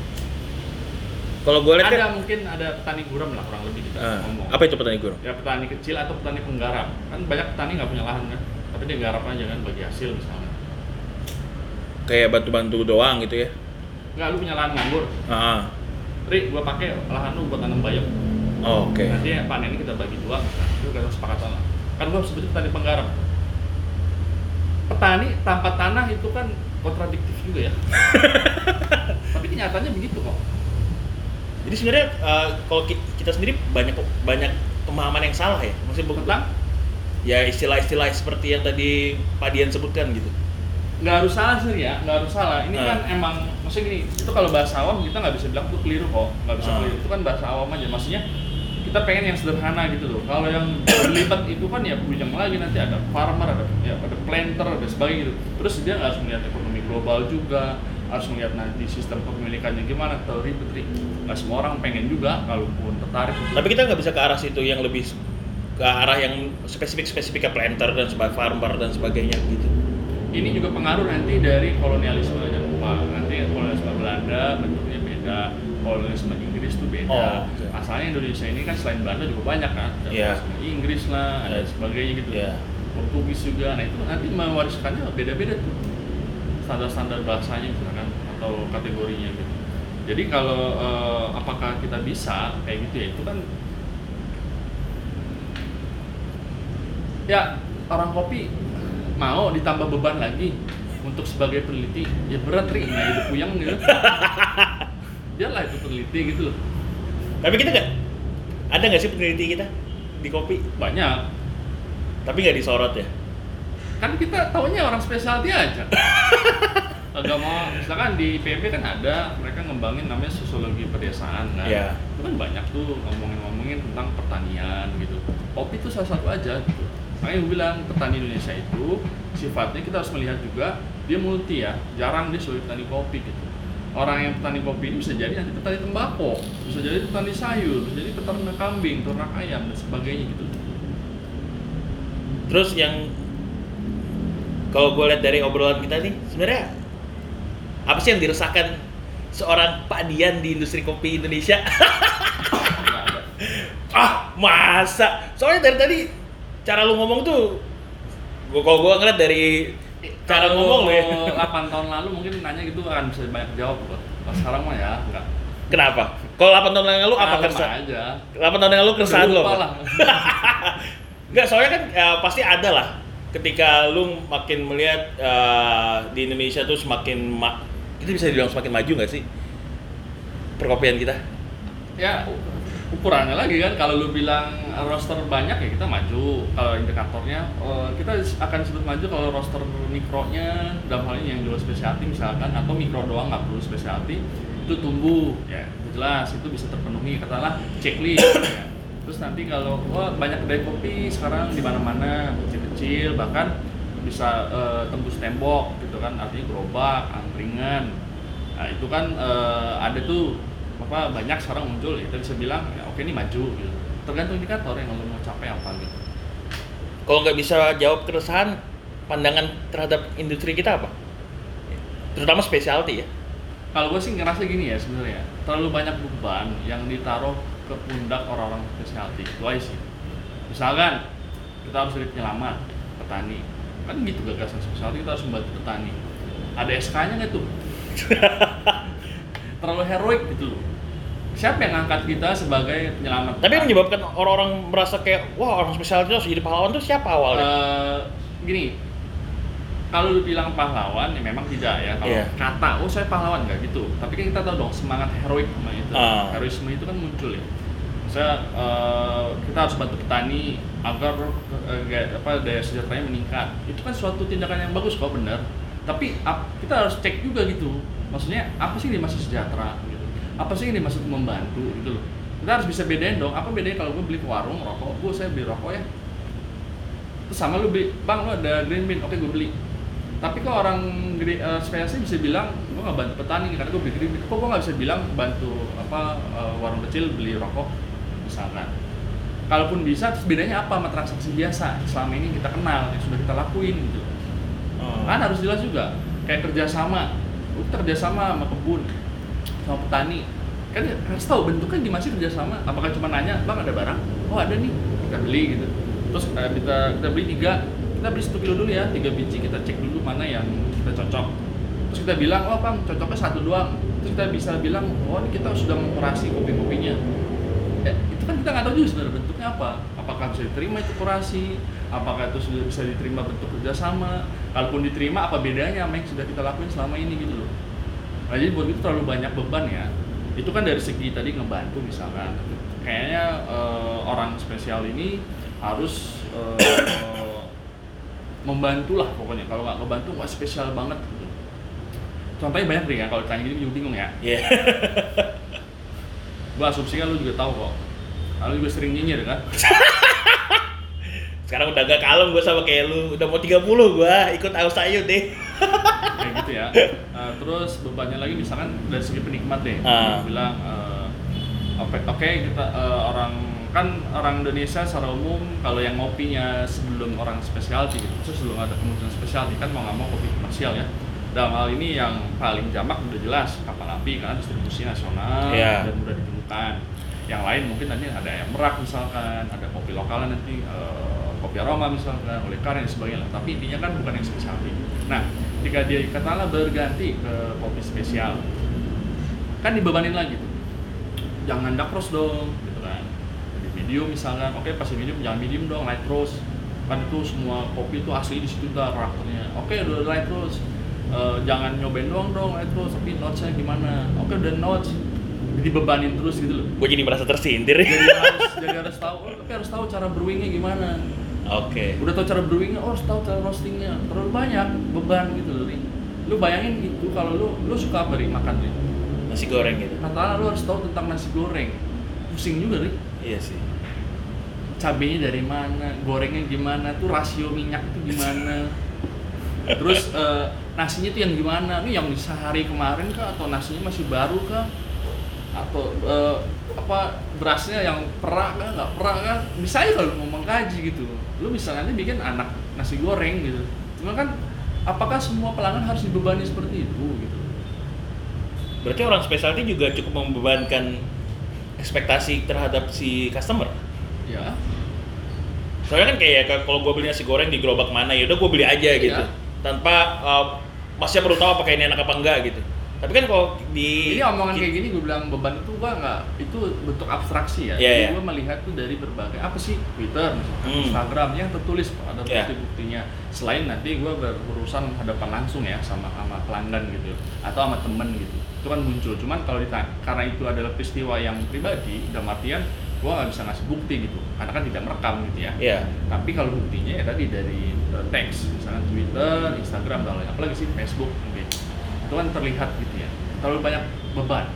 Kalau gue lihat Ada mungkin ada petani gurem lah kurang lebih kita ngomong. apa itu petani gurem? Ya petani kecil atau petani penggarap. Kan banyak petani nggak punya lahan kan, tapi dia garap aja kan bagi hasil misalnya. Kayak bantu-bantu doang gitu ya? Nggak, lu punya lahan nganggur. Ri, gua pakai lahan lu buat tanam bayam. Oh, oke. Nanti panennya kita bagi dua, itu kan kesepakatan lah. Kan gua sebutnya petani penggarap. Petani tanpa tanah itu kan kontradiktif juga ya. Tapi kenyataannya begitu kok. Jadi sebenarnya kalau kita sendiri banyak pemahaman yang salah ya, maksudnya Tentang ya istilah-istilah seperti yang tadi Pak Dian sebutkan gitu. nggak harus salah sih ya, nggak harus salah. Ini kan emang maksudnya gini, itu kalau bahasa awam kita nggak bisa bilang tuh keliru kok, nggak bisa keliru. Itu kan bahasa awam aja, maksudnya kita pengen yang sederhana gitu loh. Kalau yang berlipat itu kan ya bujang lagi, nanti ada farmer, ada planter, ada sebagainya gitu. Terus dia nggak harus melihat ekonomi global juga, harus melihat nanti sistem kepemilikannya gimana, atau ribet. Nggak semua orang pengen juga, kalaupun tertarik. Tapi kita nggak bisa ke arah situ, yang lebih ke arah yang spesifik ke planter dan sebagai farmer dan sebagainya gitu. Ini juga pengaruh nanti dari kolonialisme, jangan lupa. Nanti kolonialisme Belanda bentuknya beda, kolonialisme Inggris tuh beda. Asalnya Indonesia ini kan selain Belanda juga banyak kan, ada Inggris lah, ada sebagainya gitu. Portugis juga. Nah itu nanti mewariskannya beda-beda tuh, standar-standar bahasanya misalkan atau kategorinya gitu. Jadi kalau apakah kita bisa kayak gitu ya, itu kan ya orang kopi mau ditambah beban lagi untuk sebagai peneliti, ya berat Ri, nggak hidup puyeng gitu. Dia lah itu peneliti gitu loh. Tapi kita ada nggak sih peneliti kita di kopi? Banyak. Tapi nggak disorot ya? Kan kita taunya orang spesialty aja. Agak mau, misalkan di IPB kan ada, mereka ngembangin namanya sosiologi pedesaan kan. Itu kan banyak tuh ngomongin tentang pertanian gitu. Kopi itu salah satu aja gitu. Makanya gue bilang petani Indonesia itu sifatnya kita harus melihat juga dia multi ya, jarang dia sebagai petani kopi gitu. Orang yang petani kopi ini bisa jadi nanti petani tembakau, bisa jadi petani sayur, bisa jadi peternak kambing, ternak ayam dan sebagainya gitu. Terus yang kalau gue lihat dari obrolan kita nih, sebenarnya apa sih yang dirasakan seorang Pak Dian di industri kopi Indonesia? Masa? Soalnya dari tadi cara lu ngomong tuh, kalau gue ngeliat dari cara ngomong lu ya. 8 tahun lalu mungkin nanya gitu akan bisa banyak jawab loh. Pas sekarang mah ya enggak. Kenapa? Kalau 8 tahun yang lalu apa keresahan? 8 tahun yang lalu keresahan lo? Enggak, soalnya kan pasti ada lah. Ketika lu makin melihat di Indonesia tuh semakin kita bisa dibilang semakin maju nggak sih perkopian kita? Ya ukurannya lagi kan, kalau lu bilang roster banyak ya kita maju. Kalau indikatornya kita akan sebut maju kalau roster mikronya dalam hal ini yang jual specialty misalkan, atau mikro doang nggak perlu specialty, itu tumbuh ya jelas, itu bisa terpenuhi katakanlah checklist ya. Terus nanti kalau banyak kedai kopi sekarang di mana-mana kecil-kecil bahkan bisa tembus tembok gitu kan, artinya gerobak, angkringan. Nah itu kan ada tuh banyak sekarang muncul, kita bisa bilang ya oke ini maju gitu. Tergantung indikator yang lo mau capai apa gitu. Kalau nggak bisa jawab keresahan, pandangan terhadap industri kita apa? Terutama specialty ya. Kalau gue sih ngerasa gini ya sebenarnya, terlalu banyak beban yang ditaruh ke pundak orang-orang specialty. Itu aja sih. Misalkan kita harus jadi penyelamat petani, kan gitu gagasan specialty, kita harus membantu petani. Ada SK-nya nggak tuh? Terlalu heroik gitu loh. Siapa yang ngangkat kita sebagai penyelamat? Tapi yang menyebabkan orang-orang merasa kayak wah orang specialty harus jadi pahlawan tuh siapa awalnya? Gini, kalau lu bilang pahlawan ya memang tidak ya. Kalau kata saya pahlawan nggak gitu. Tapi kan kita tahu dong semangat heroik itu, heroisme itu kan muncul ya. Maksudnya kita harus bantu petani agar daya sejahteranya meningkat. Itu kan suatu tindakan yang bagus kok, benar. Tapi kita harus cek juga gitu. Maksudnya apa sih yang dimaksud sejahtera gitu? Apa sih yang dimaksud membantu gitu loh. Kita harus bisa bedain dong, apa bedanya kalau gue beli ke warung rokok, saya beli rokok ya. Terus sama lu beli, bang lu ada green bean, oke gue beli. Tapi kok orang spesialis bisa bilang, gue nggak bantu petani karena gue beli green bean. Kok gue nggak bisa bilang bantu warung kecil beli rokok misalkan. Kalaupun bisa, terus bedanya apa sama transaksi biasa selama ini kita kenal, yang sudah kita lakuin gitu. Kan harus jelas juga, kayak kerjasama sama kebun, sama petani. Kan harus tahu bentuknya gimana sih kerjasama. Apakah cuma nanya, bang ada barang? Oh ada nih, kita beli gitu. Terus kita beli 3, kita beli 1 kilo dulu ya, 3 biji, kita cek dulu mana yang kita cocok. Terus kita bilang, oh bang cocoknya 1 doang. Terus kita bisa bilang, oh ini kita sudah mengkurasi kopi-kopinya. Itu kan kita nggak tahu juga sebenarnya bentuknya apa. Apakah bisa diterima itu kurasi? Apakah itu sudah bisa diterima bentuk kerjasama? Kalaupun diterima, apa bedanya sama yang sudah kita lakuin selama ini gitu loh. Nah, jadi buat itu terlalu banyak beban ya. Itu kan dari segi tadi ngebantu misalkan. Kayaknya orang spesial ini harus membantu lah pokoknya. Kalau nggak ngebantu nggak spesial banget gitu. Contohnya banyak nih ya, kalau ditanya gini bingung ya. Iya. Gua asumsi kan lu juga tahu kok. Lu juga sering nyinyir kan? Sekarang udah agak kalem gue sama kayak lu, udah mau 30 gue ikut Aus Ayu deh. Kayak gitu ya. Terus bebannya lagi misalkan dari segi penikmat deh. Bilang oke, kita orang Indonesia secara umum kalau yang ngopinya sebelum orang spesialty gitu, terus sebelum ada kemunculan spesialty kan mau nggak mau kopi komersial ya. Dalam hal ini yang paling jamak udah jelas kapal api karena distribusi nasional dan mudah ditemukan. Yang lain mungkin nanti ada ayam merak misalkan, ada kopi lokal nanti kopi aroma misalkan, oleh karya dan sebagainya. Tapi intinya kan bukan yang spesialty. Nah, ketika dia katakanlah berganti ke kopi spesial, kan dibebanin lagi tuh. Jangan dark roast dong, gitu kan. Di video misalkan, oke pas di medium jangan medium dong, light roast. Kan itu semua kopi itu asli di situ dah karakternya. Oke, udah light roast. Jangan nyobain doang dong light roast, tapi notes-nya gimana? Oke, udah notes. Dibebanin terus gitu loh. Gue jadi merasa tersindir. Jadi harus tahu, tapi harus tahu cara brewingnya gimana. Oke. Udah tahu cara brewingnya, harus tahu cara roastingnya. Terlalu banyak beban gitu loh, Ri. Lu bayangin gitu kalau lu suka apa Ri makan Ri? Nasi goreng gitu. Katakanlah lu harus tahu tentang nasi goreng. Pusing juga Ri. Iya sih. Cabenya dari mana, gorengnya gimana, tuh rasio minyak itu gimana. Terus nasinya tuh yang gimana? Nih yang sehari kemarin kah atau nasinya masih baru kah? Atau berasnya yang perak kan, nggak perak kan, bisa aja kalau ngomong kaji gitu. Lu bisa nanti bikin anak nasi goreng gitu. Cuma kan apakah semua pelanggan harus dibebani seperti itu gitu? Berarti orang specialty juga cukup membebankan ekspektasi terhadap si customer. Ya. Soalnya kan kayak kalau gue beli nasi goreng di gerobak mana ya udah gue beli aja gitu. Ya. Tanpa masnya perlu tahu apakah ini enak apa enggak gitu. Tapi kan kalau ini omongan kayak gini gue bilang beban itu gua nggak, itu bentuk abstraksi ya. Yeah, gue melihat tuh dari berbagai apa sih Twitter, Instagram yang tertulis ada bukti-buktinya. Selain nanti gue berurusan hadapan langsung ya sama pelanggan gitu atau sama temen gitu, itu kan muncul. Cuman kalau karena itu adalah peristiwa yang pribadi, dalam artian gue nggak bisa ngasih bukti gitu karena kan tidak merekam gitu ya. Yeah. Tapi kalau buktinya ya tadi dari teks, misalnya Twitter, Instagram dan lain, apalagi sih Facebook mungkin. Itu kan terlihat gitu ya, terlalu banyak beban.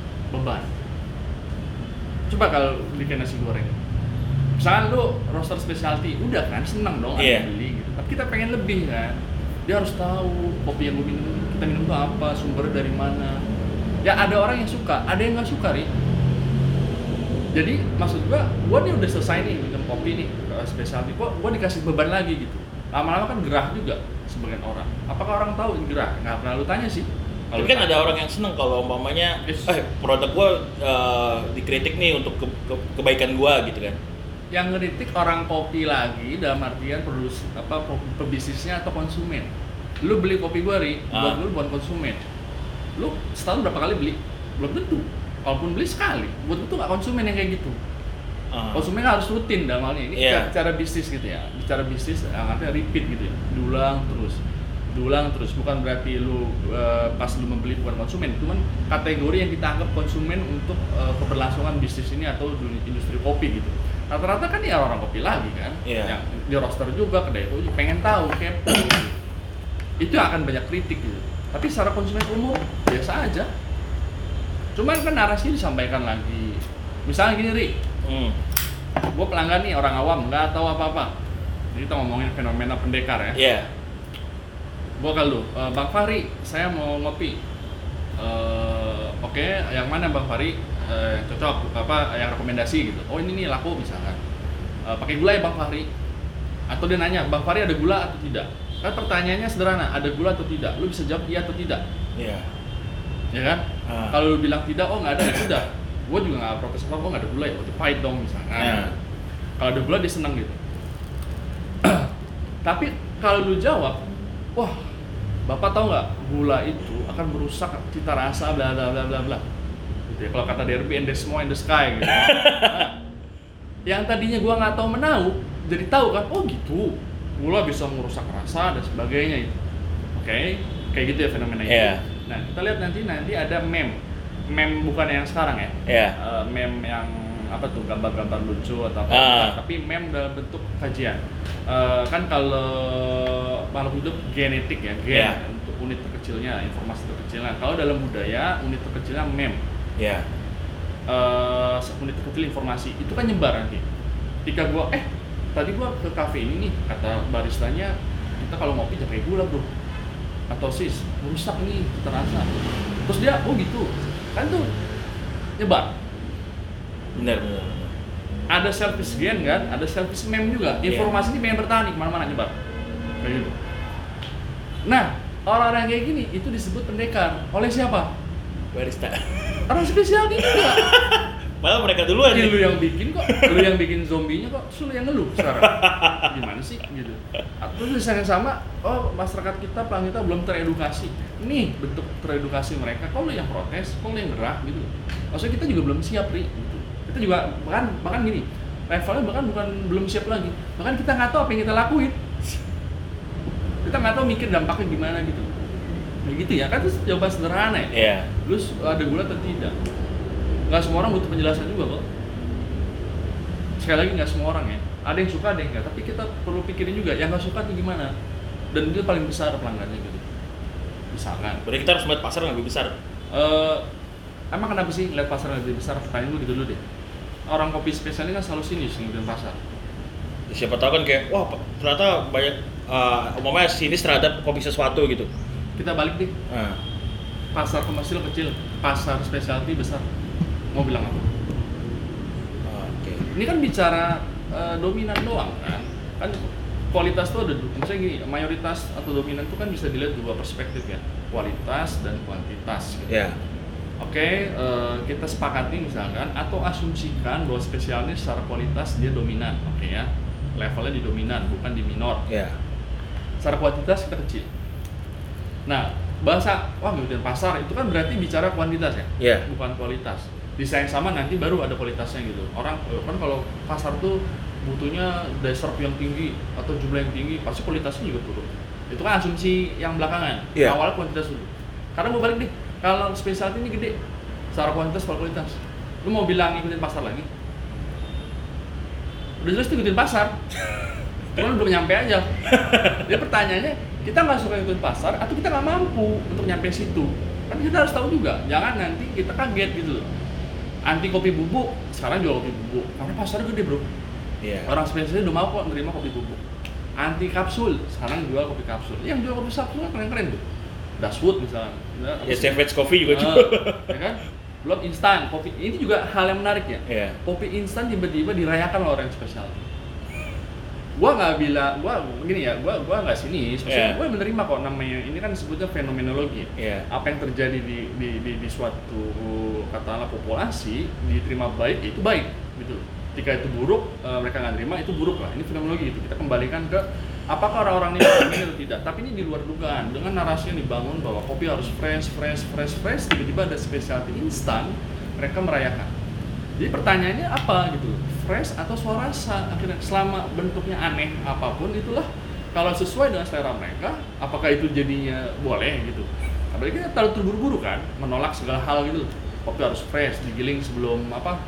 Coba kalau bikin nasi goreng, misalkan lu roaster specialty, udah kan seneng dong ada beli gitu. Tapi kita pengen lebih kan, dia harus tahu kopi yang kita minum itu apa, sumbernya dari mana. Ya ada orang yang suka, ada yang nggak suka nih. Jadi maksud gua nih udah selesai nih minum kopi nih specialty, gua dikasih beban lagi gitu. Lama-lama kan gerah juga sebagian orang. Apakah orang tahu ini gerah? Nggak pernah lu tanya sih. Tapi kan ada orang yang seneng kalau umpamanya produk gua dikritik nih untuk kebaikan gua gitu kan. Yang ngeritik orang kopi lagi dalam artian pebisnisnya atau konsumen. Lu beli kopi gua buat lu buat konsumen. Lu setahun berapa kali beli? Belum tentu. Kalaupun beli sekali, buat lu tuh nggak konsumen yang kayak gitu. Konsumen harus rutin dalam hal ini. Ini cara bisnis gitu ya. Bicara bisnis artinya repeat gitu ya. Diulang terus. diulang terus. Bukan berarti lu pas lu membeli bukan konsumen, cuman kategori yang kita anggap konsumen untuk keberlangsungan bisnis ini atau industri kopi gitu. Rata-rata kan ya orang kopi lagi kan, yang di roaster juga, kedai itu pengen tahu, kepo gitu. Itu akan banyak kritik gitu. Tapi secara konsumen umum biasa aja. Cuman kan narasi disampaikan lagi. Misalnya gini, Ri, gue pelanggan nih, orang awam, nggak tahu apa-apa. Jadi kita ngomongin fenomena pendekar ya. Iya. Gue kalau Bang Fahri, saya mau ngopi. Oke, yang mana Bang Fahri cocok, apa yang rekomendasi gitu. Oh ini nih laku misalkan. Pakai gula ya Bang Fahri. Atau dia nanya, Bang Fahri ada gula atau tidak? Kan pertanyaannya sederhana, ada gula atau tidak? Lu bisa jawab iya atau tidak. Iya. Ya kan? Kalau lu bilang tidak, oh nggak ada, ya sudah. Gue juga nggak protes apa, nggak ada gula ya, pahit dong misalkan. Kalau ada gula dia seneng gitu. Tapi kalau lu jawab, wah, Bapak tahu nggak, gula itu akan merusak cita rasa bla bla bla bla bla. Gitu ya. Kalau kata Derby, and the smoke in the sky gitu. Nah, yang tadinya gua nggak tahu menau, jadi tahu kan, oh gitu. Gula bisa merusak rasa dan sebagainya itu. Oke, kayak gitu ya fenomena itu. Nah, kita lihat nanti ada meme bukan yang sekarang ya. Meme yang apa tuh, gambar-gambar lucu atau apa, tapi meme dalam bentuk kajian. Kan kalau makhluk hidup genetik ya, gen untuk unit terkecilnya, informasi terkecilnya. Kalau dalam budaya unit terkecilnya meme. Unit terkecil informasi itu kan nyebar nanti. Ketika gua tadi gua ke kafe ini nih, kata baristanya kita kalau ngopi jangan pakai gula bro, atau sis merusak nih cita rasa. Terus dia oh gitu kan, tuh nyebar. Bener. Ada selfish gen kan, ada selfish meme juga. Informasi ini pengen bertahan di kemana-mana nyebar. Kayak gitu. Nah, orang-orang kayak gini itu disebut pendekar. Oleh siapa? Barista. Orang spesial juga. Malah mereka duluan. Lu yang bikin kok, lu yang bikin zombinya kok, lu yang ngeluh sekarang. Gimana sih gitu. Atau misalnya sama, oh masyarakat kita, pelanggan kita belum teredukasi. Nih bentuk teredukasi mereka, kok lu yang protes, kok lu yang gerak gitu. Maksudnya kita juga belum siap, Ri. Gitu. Kita juga bahkan gini, levelnya bahkan bukan belum siap lagi. Bahkan kita nggak tahu apa yang kita lakuin. Kita nggak tahu mikir dampaknya gimana gitu. Kayak gitu ya, kan itu jawaban sederhana ya. Lu ada gula atau tidak? Nggak semua orang butuh penjelasan juga kok. Sekali lagi nggak semua orang ya. Ada yang suka, ada yang nggak. Tapi kita perlu pikirin juga, yang nggak suka tuh gimana. Dan itu paling besar pelanggannya gitu. Misalkan. Berarti kita harus melihat pasar yang lebih besar. Emang kenapa sih lihat pasar yang lebih besar? Pertanyaan gue gitu dulu deh. Orang kopi spesial ini kan selalu sinis ngeliatin pasar. Ya, siapa tahu kan kayak, wah ternyata banyak umumnya sinis terhadap kopi sesuatu gitu. Kita balik deh. Pasar komersil kecil, pasar specialty besar. Mau bilang apa? Oke. Ini kan bicara dominan doang kan? Kan kualitas tuh ada, misalnya gini, mayoritas atau dominan itu kan bisa dilihat dua perspektif ya, kualitas dan kuantitas. Gitu. Oke, kita sepakati misalkan atau asumsikan bahwa spesialis secara kualitas dia dominan, oke ya, levelnya di dominan bukan di minor. Secara kuantitas kita kecil. Nah, bahasa ngikutin pasar itu kan berarti bicara kuantitas ya, bukan kualitas. Desain sama nanti baru ada kualitasnya gitu. Orang kan kalau pasar tuh butuhnya desert yang tinggi atau jumlah yang tinggi, pasti kualitasnya juga turun. Itu kan asumsi yang belakangan. Awalnya kuantitas dulu. Karena mau balik deh, kalau specialty ini gede, secara kuantitas kalau kualitas. Lu mau bilang ikutin pasar lagi? Udah jelas ikutin pasar. Cuman belum nyampe aja. Jadi pertanyaannya, kita nggak suka ikutin pasar atau kita nggak mampu untuk nyampe situ? Kan kita harus tahu juga, jangan nanti kita kaget gitu loh. Anti kopi bubuk, sekarang jual kopi bubuk karena pasarnya gede bro. Orang spesialis udah mau kok nerima kopi bubuk. Anti kapsul, sekarang jual kopi kapsul. Yang jual kopi kapsul kan keren-keren tuh. Dashwood misalnya. Ya Savage Coffee juga ya kan? Belum instan, kopi ini juga hal yang menarik ya. Kopi instan tiba-tiba dirayakan oleh orang spesial. Gua nggak bilang, gua begini ya, gua nggak sinis. Gua menerima kok, namanya ini kan disebutnya fenomenologi. Apa yang terjadi di suatu katakanlah populasi diterima baik, itu baik gitu. Ketika itu buruk, mereka nggak terima, itu buruk lah. Ini fenomenologi gitu. Kita kembalikan ke apakah orang-orang ini ini atau tidak. Tapi ini di luar dugaan. Dengan narasi yang dibangun bahwa kopi harus fresh, tiba-tiba ada specialty instan, mereka merayakan. Jadi pertanyaannya apa gitu? Fresh atau soal rasa? Akhirnya selama bentuknya aneh apapun itulah kalau sesuai dengan selera mereka, apakah itu jadinya boleh gitu? Apalagi kita terlalu terburu-buru kan, menolak segala hal gitu. Kopi harus fresh, digiling sebelum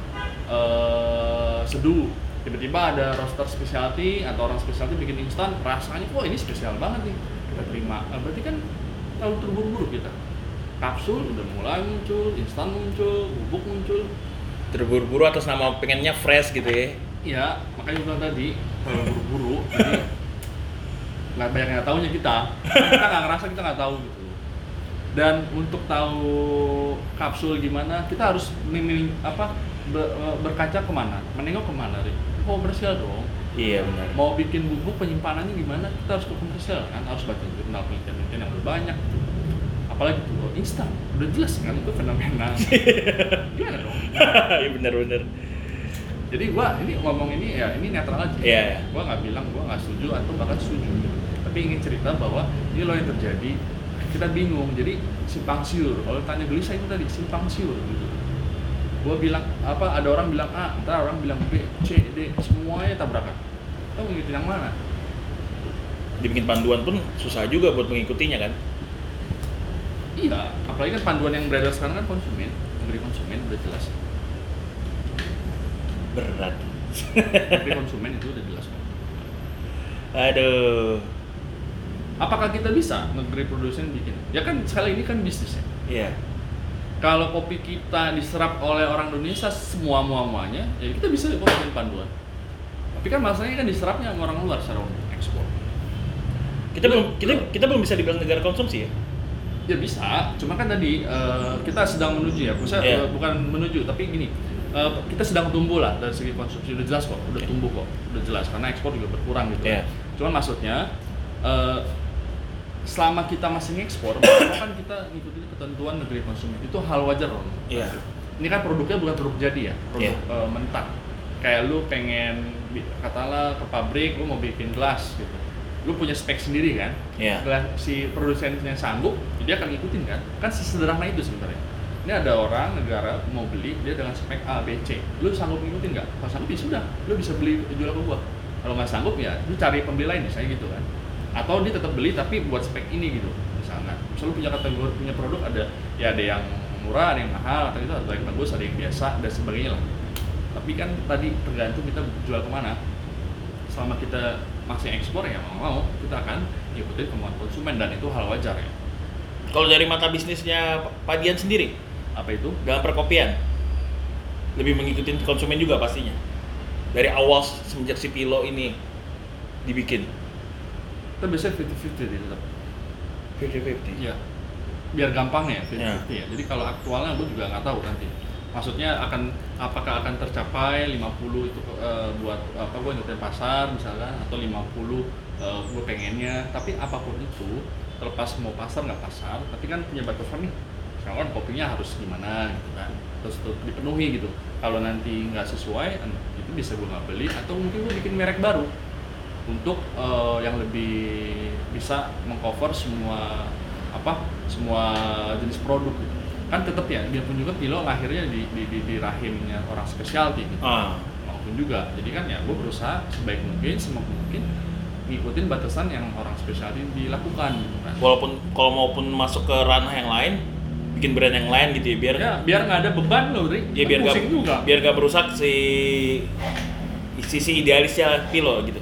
seduh. Tiba-tiba ada roaster specialty atau orang specialty bikin instan, rasanya wah ini spesial banget nih, kita terima. Berarti kan terlalu terburu-buru kita. Kapsul udah mulai muncul, instan muncul, bubuk muncul. Terburu-buru atas nama pengennya fresh gitu ya. Iya, makanya bilang tadi terlalu buru-buru. Jadi nggak banyak yang tahunya kita nggak ngerasa, kita nggak tahu gitu. Dan untuk tahu kapsul gimana, kita harus berkaca kemana, menengok kemana, Rik? Komersial dong. Iya benar. Mau bikin bubuk penyimpanannya gimana, kita harus ke komersial kan, harus baca jurnal penelitian yang banyak gitu. Apalagi tuh instan, udah jelas kan itu fenomena. Gimana dong? Iya benar. Jadi gua ini ngomong ini ya ini netral aja. Iya. Gua nggak bilang gua nggak setuju atau bahkan setuju gitu. Tapi ingin cerita bahwa ini loh yang terjadi. Kita bingung, jadi simpang siur. Kalau tanya gelisah itu tadi simpang siur gitu. Gua bilang ada orang bilang A, ntar orang bilang B, C, D, semuanya tabrakan. Kita mengikuti yang mana? Dibikin panduan pun susah juga buat mengikutinya kan. Iya, apalagi kan panduan yang beredar sekarang kan konsumen, memberi konsumen udah jelas. Berat. Tapi konsumen itu udah jelas kok. Aduh. Apakah kita bisa negeri produsen bikin? Ya kan sekali ini kan bisnis ya. Iya. Kalau kopi kita diserap oleh orang Indonesia muanya, ya kita bisa kok bikin panduan. Tapi kan masalahnya kan diserapnya sama orang luar secara umum, ekspor. Kita belum bisa dibilang negara konsumsi ya. Ya bisa, cuma kan tadi kita sedang menuju ya. Maksudnya bukan menuju, tapi gini. Kita sedang tumbuh lah dari segi konsumsi, udah jelas kok, udah tumbuh kok, udah jelas karena ekspor juga berkurang gitu. Cuman maksudnya selama kita masih ngekspor, maka kan kita ngikutin ketentuan negeri konsumen, itu hal wajar loh. Ini kan produknya bukan produk jadi ya, produk mentah. Kayak lu pengen katakanlah ke pabrik, lu mau bikin gelas gitu, lu punya spek sendiri kan, si produsennya sanggup, dia akan ngikutin kan sesederhana itu sebenarnya. Ini ada orang, negara mau beli, dia dengan spek A, B, C. Lu sanggup ngikutin nggak? Kalau sanggup ya sudah, lu bisa beli jual ke gua. Kalau nggak sanggup ya, lu cari pembeli lain misalnya gitu kan. Atau dia tetap beli tapi buat spek ini gitu, misalnya. Misal lu punya kategori, punya produk ada yang murah, ada yang mahal, atau itu ada yang bagus, ada yang biasa, dan sebagainya lah. Tapi kan tadi tergantung kita jual kemana. Selama kita masih ekspor ya mau kita akan ngikutin kemauan konsumen dan itu hal wajar ya. Kalau dari mata bisnisnya Pak Dian sendiri, apa itu? dalam perkopian lebih mengikuti konsumen juga pastinya. Dari awal semenjak si Pilo ini dibikin. Kita biasanya 50-50 tetap. 50-50. Iya. Biar gampang ya 50-50 ya. Jadi kalau aktualnya gue juga nggak tahu nanti. Maksudnya apakah akan tercapai 50 itu buat gue ngikutin pasar misalkan, atau 50 gue pengennya. Tapi apapun itu, terlepas mau pasar nggak pasar, tapi kan punya batasan nih. Sekarang kopinya harus gimana gitu kan, terus dipenuhi gitu. Kalau nanti nggak sesuai, itu bisa gue nggak beli, atau mungkin gue bikin merek baru untuk yang lebih bisa mengcover semua jenis produk gitu. Kan tetap ya, biarpun juga Pilo lahirnya di rahimnya orang specialty gitu. Maupun juga, jadi kan ya gue berusaha sebaik mungkin, semaksimal mungkin ngikutin batasan yang orang specialty dilakukan gitu kan. Walaupun kalau maupun masuk ke ranah yang lain, bikin brand yang lain gitu ya, biar nggak ada beban loh, Rik. Ya biar nggak merusak sisi idealisnya Pilo gitu.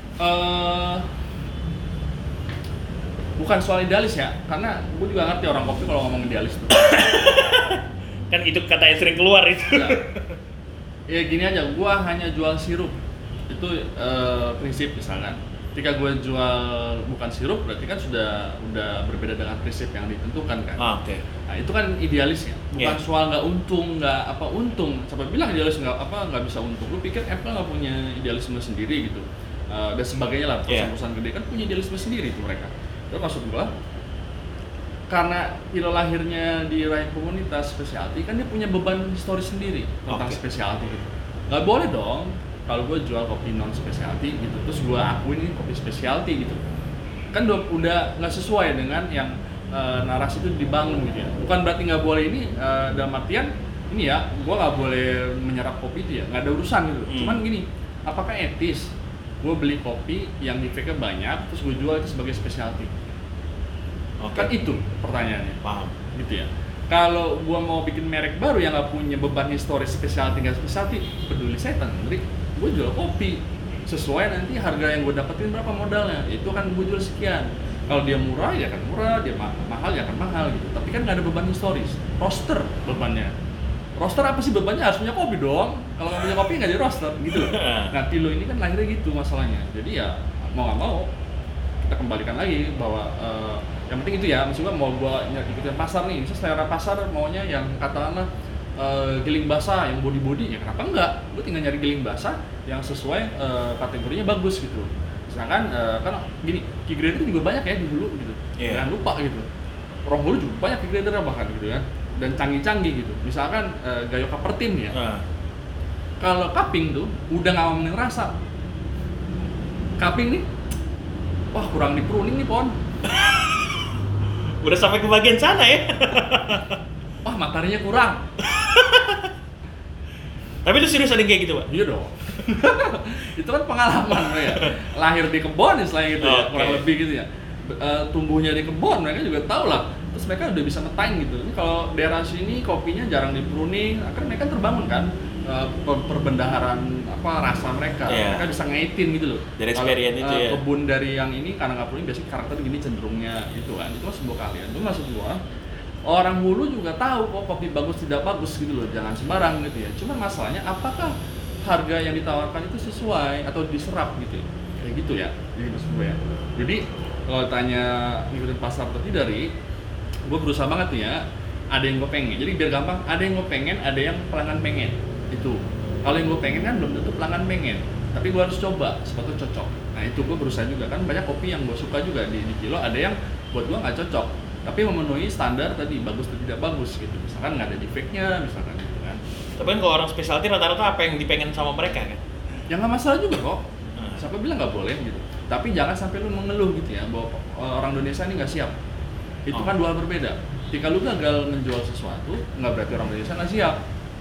Bukan soal idealis ya, karena gue juga ngerti orang kopi kalau ngomong idealis tuh. Kan itu kata yang sering keluar itu. Ya gini aja, gue hanya jual sirup. Itu prinsip misalkan. Ketika gue jual bukan sirup, berarti kan udah berbeda dengan prinsip yang ditentukan kan. Nah itu kan idealis ya, bukan soal nggak untung. Siapa bilang idealis nggak bisa untung? Lu pikir Apple nggak punya idealisme sendiri gitu, dan sebagainya lah. Perusahaan-perusahaan gede kan punya idealisme sendiri tuh mereka. Itu maksud gue, karena Pilo lahirnya di rahim komunitas specialty, kan dia punya beban historis sendiri tentang specialty gitu. Nggak boleh dong kalau gue jual kopi non specialty gitu, terus gue akuin ini kopi specialty gitu, kan udah nggak sesuai dengan yang narasi itu dibangun gitu ya. Bukan berarti nggak boleh ini dalam artian ini ya, gue nggak boleh menyerap kopi itu ya, nggak ada urusan gitu. Cuman gini, apakah etis gue beli kopi yang defect-nya banyak, terus gue jual itu sebagai specialty. Kan itu pertanyaannya. Paham. Gitu ya. Kalau gue mau bikin merek baru yang nggak punya beban historis specialty nggak specialty, peduli setan, gue jual kopi sesuai nanti harga yang gue dapetin berapa modalnya, itu kan gue jual sekian. Kalau dia murah ya kan murah, dia mahal ya kan mahal gitu. Tapi kan nggak ada beban historis. Roaster bebannya. Roaster apa sih bebannya? Harus punya kopi dong. Kalau nggak punya kopi nggak jadi roaster gitu. Nah Tilo ini kan lahirnya gitu masalahnya. Jadi ya mau nggak mau kita kembalikan lagi bahwa yang penting itu ya, maksudnya mau gua ikutin pasar nih, misalnya selera pasar maunya yang katakanlah giling basah yang body ya kenapa enggak? Lu tinggal nyari giling basah yang sesuai kategorinya bagus gitu. Misalkan kan gini, key grader juga banyak ya di hulu gitu. Jangan lupa gitu. Orang hulu juga banyak key grader bahkan gitu ya. Dan canggih-canggih gitu. Misalkan Gayo Cupertine ya. Kalau cupping tuh udah nggak ngomongin rasa. Cupping nih, wah kurang di pruning nih pon. Udah sampai ke bagian sana ya. Wah mataharinya kurang. Tapi lu serius ada yang kayak gitu, Pak? Iya dong. Itu kan pengalaman ya. Lahir di kebon istilahnya gitu ya, kurang lebih gitu ya. Tumbuhnya di kebon mereka juga tahu lah. Terus mereka udah bisa ngetain gitu. Ini kalau daerah sini kopinya jarang di pruning, akhirnya mereka terbangun kan perbendaharaan apa rasa mereka. Mereka bisa ngaitin gitu loh. Dari experience itu ya. Kebun dari yang ini karena nggak pruning biasanya karakter gini cenderungnya gitu kan. Itu sebuah kalian. Itu maksud gua. Orang hulu juga tahu kok kopi bagus tidak bagus gitu loh, jangan sembarang gitu ya. Cuman masalahnya apakah harga yang ditawarkan itu sesuai atau diserap gitu ya? Kayak gitu ya, jadi maksud gue ya. Jadi kalau tanya ngikutin pasar atau tidak, gue berusaha banget nih ya. Ada yang gue pengen, jadi biar gampang, ada yang gue pengen, ada yang pelanggan pengen. Itu. Kalau yang gue pengen kan belum tentu pelanggan pengen, tapi gue harus coba, sepatu cocok. Nah itu gue berusaha juga kan, banyak kopi yang gue suka juga di Kilo, ada yang buat gue nggak cocok. Tapi memenuhi standar tadi bagus atau tidak bagus gitu, misalkan nggak ada defeknya misalkan gitu kan. Tapi kan kalau orang specialty rata-rata apa yang dipengen sama mereka kan? Ya nggak masalah juga kok. Siapa bilang nggak boleh gitu. Tapi jangan sampai lu mengeluh gitu ya bahwa orang Indonesia ini nggak siap. Itu kan dua hal berbeda. Jika lu gagal menjual sesuatu, nggak berarti orang Indonesia nggak siap.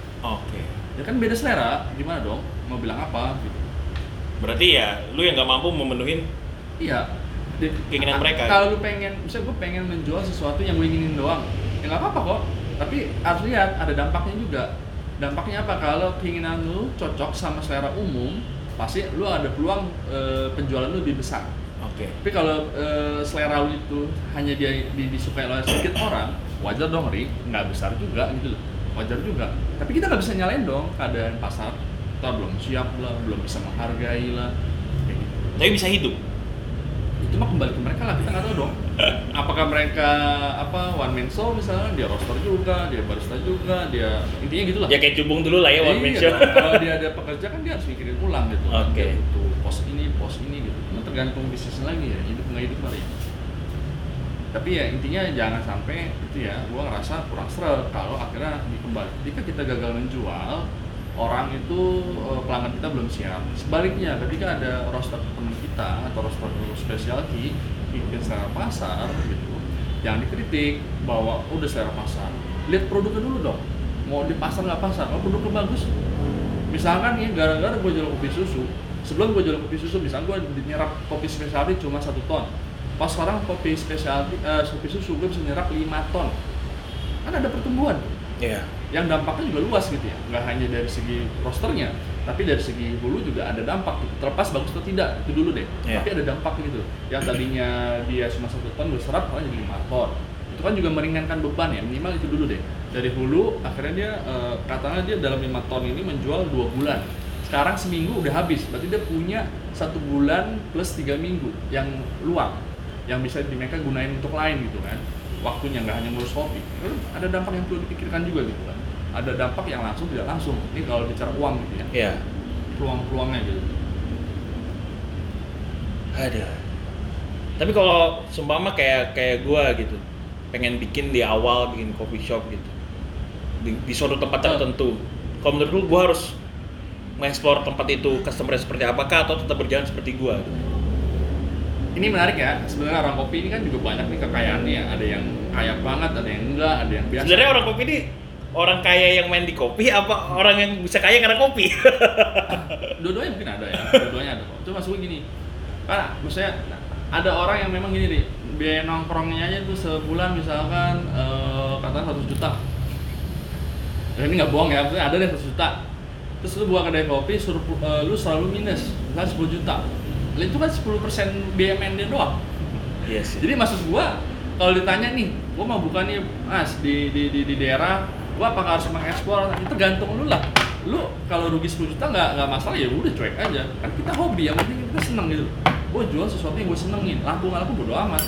Ya kan beda selera, gimana dong? Mau bilang apa gitu. Berarti ya lu yang nggak mampu memenuhi. Iya. Keinginan mereka. Kalau lu pengen, misalnya gue pengen menjual sesuatu yang gue inginin doang, ya nggak apa-apa kok. Tapi harus lihat ada dampaknya juga. Dampaknya apa? Kalau keinginan lu cocok sama selera umum, pasti lu ada peluang penjualan lu lebih besar. Tapi kalau selera lu itu hanya disukai oleh sedikit orang, wajar dong, nggak besar juga gitu loh. Wajar juga. Tapi kita nggak bisa nyalain dong keadaan pasar. Kita belum siap lah, belum bisa menghargai lah. Kayak gitu. Tapi bisa hidup. Itu mah kembali ke mereka lah, kita nggak tahu dong. Apakah mereka one man show misalnya, dia roaster juga, dia barista juga, dia intinya gitulah. Ya kayak Cubung dulu lah ya one man show. Kalau dia ada pekerja kan dia harus mikirin ulang gitu. Dia butuh pos ini gitu. Nah, tergantung bisnisnya lagi ya, hidup nggak hidup mari. Tapi ya intinya jangan sampai itu ya, gua ngerasa kurang seret kalau akhirnya dikembali. Ketika kita gagal menjual, orang itu pelanggan kita belum siap. Sebaliknya, ketika ada roster teman kita atau roster specialty bikin selera pasar gitu, jangan dikritik bahwa udah selera pasar. Lihat produknya dulu dong. Mau di pasar nggak pasar, kalau produknya bagus. Misalkan nih, gara-gara gue jual kopi susu, sebelum gue jual kopi susu, misalnya gue nyerap kopi specialty cuma 1 ton. Pas sekarang kopi specialty, kopi susu gue bisa nyerap 5 ton. Kan ada pertumbuhan. Yang dampaknya juga luas gitu ya, nggak hanya dari segi rosternya, tapi dari segi hulu juga ada dampak gitu. Terlepas bagus atau tidak, itu dulu deh. Tapi ada dampak gitu. Yang tadinya dia cuma 1 ton, gue serap malah jadi 5 ton. Itu kan juga meringankan beban ya, minimal itu dulu deh. Dari hulu, akhirnya dia, katanya dia dalam 5 ton ini menjual 2 bulan. Sekarang seminggu udah habis, berarti dia punya 1 bulan plus 3 minggu yang luang, yang bisa mereka gunain untuk lain gitu kan. Waktunya nggak hanya ngurus kopi, ada dampak yang perlu dipikirkan juga gitu kan. Ada dampak yang langsung tidak langsung. Ini kalau bicara uang gitu ya. Peluang-peluangnya gitu. Ada. Tapi kalau seumpama kayak gua gitu, pengen bikin di awal bikin coffee shop gitu di suatu tempat tertentu. Kalau menurut lu gua harus mengeksplor tempat itu customer seperti apakah atau tetap berjalan seperti gua? Ini menarik ya, sebenarnya orang kopi ini kan juga banyak nih kekayaannya. Ada yang kaya banget, ada yang enggak, ada yang biasa. Sebenarnya orang kopi ini orang kaya yang main di kopi apa orang yang bisa kaya karena kopi? Dua-duanya mungkin ada ya, dua-duanya ada kok. Cuma maksudnya gini, karena maksudnya ada orang yang memang gini nih, biaya nongkrongnya aja tuh sebulan misalkan katakan 100 juta. Ya, ini nggak bohong ya, maksudnya ada deh 100 juta. Terus lu buang kedai kopi, lu selalu minus, misalnya 10 juta. Lah itu kan 10% BMN dia doang. Iya sih. Jadi maksud gua, kalau ditanya nih, gua mau buka nih Mas di daerah, gua apakah harus mengekspor? Itu tergantung lu lah. Lu kalau rugi 10 juta nggak masalah, ya udah cuek aja. Kan kita hobi, yang penting kita seneng gitu. Gua jual sesuatu yang gua senengin, laku nggak laku bodo amat.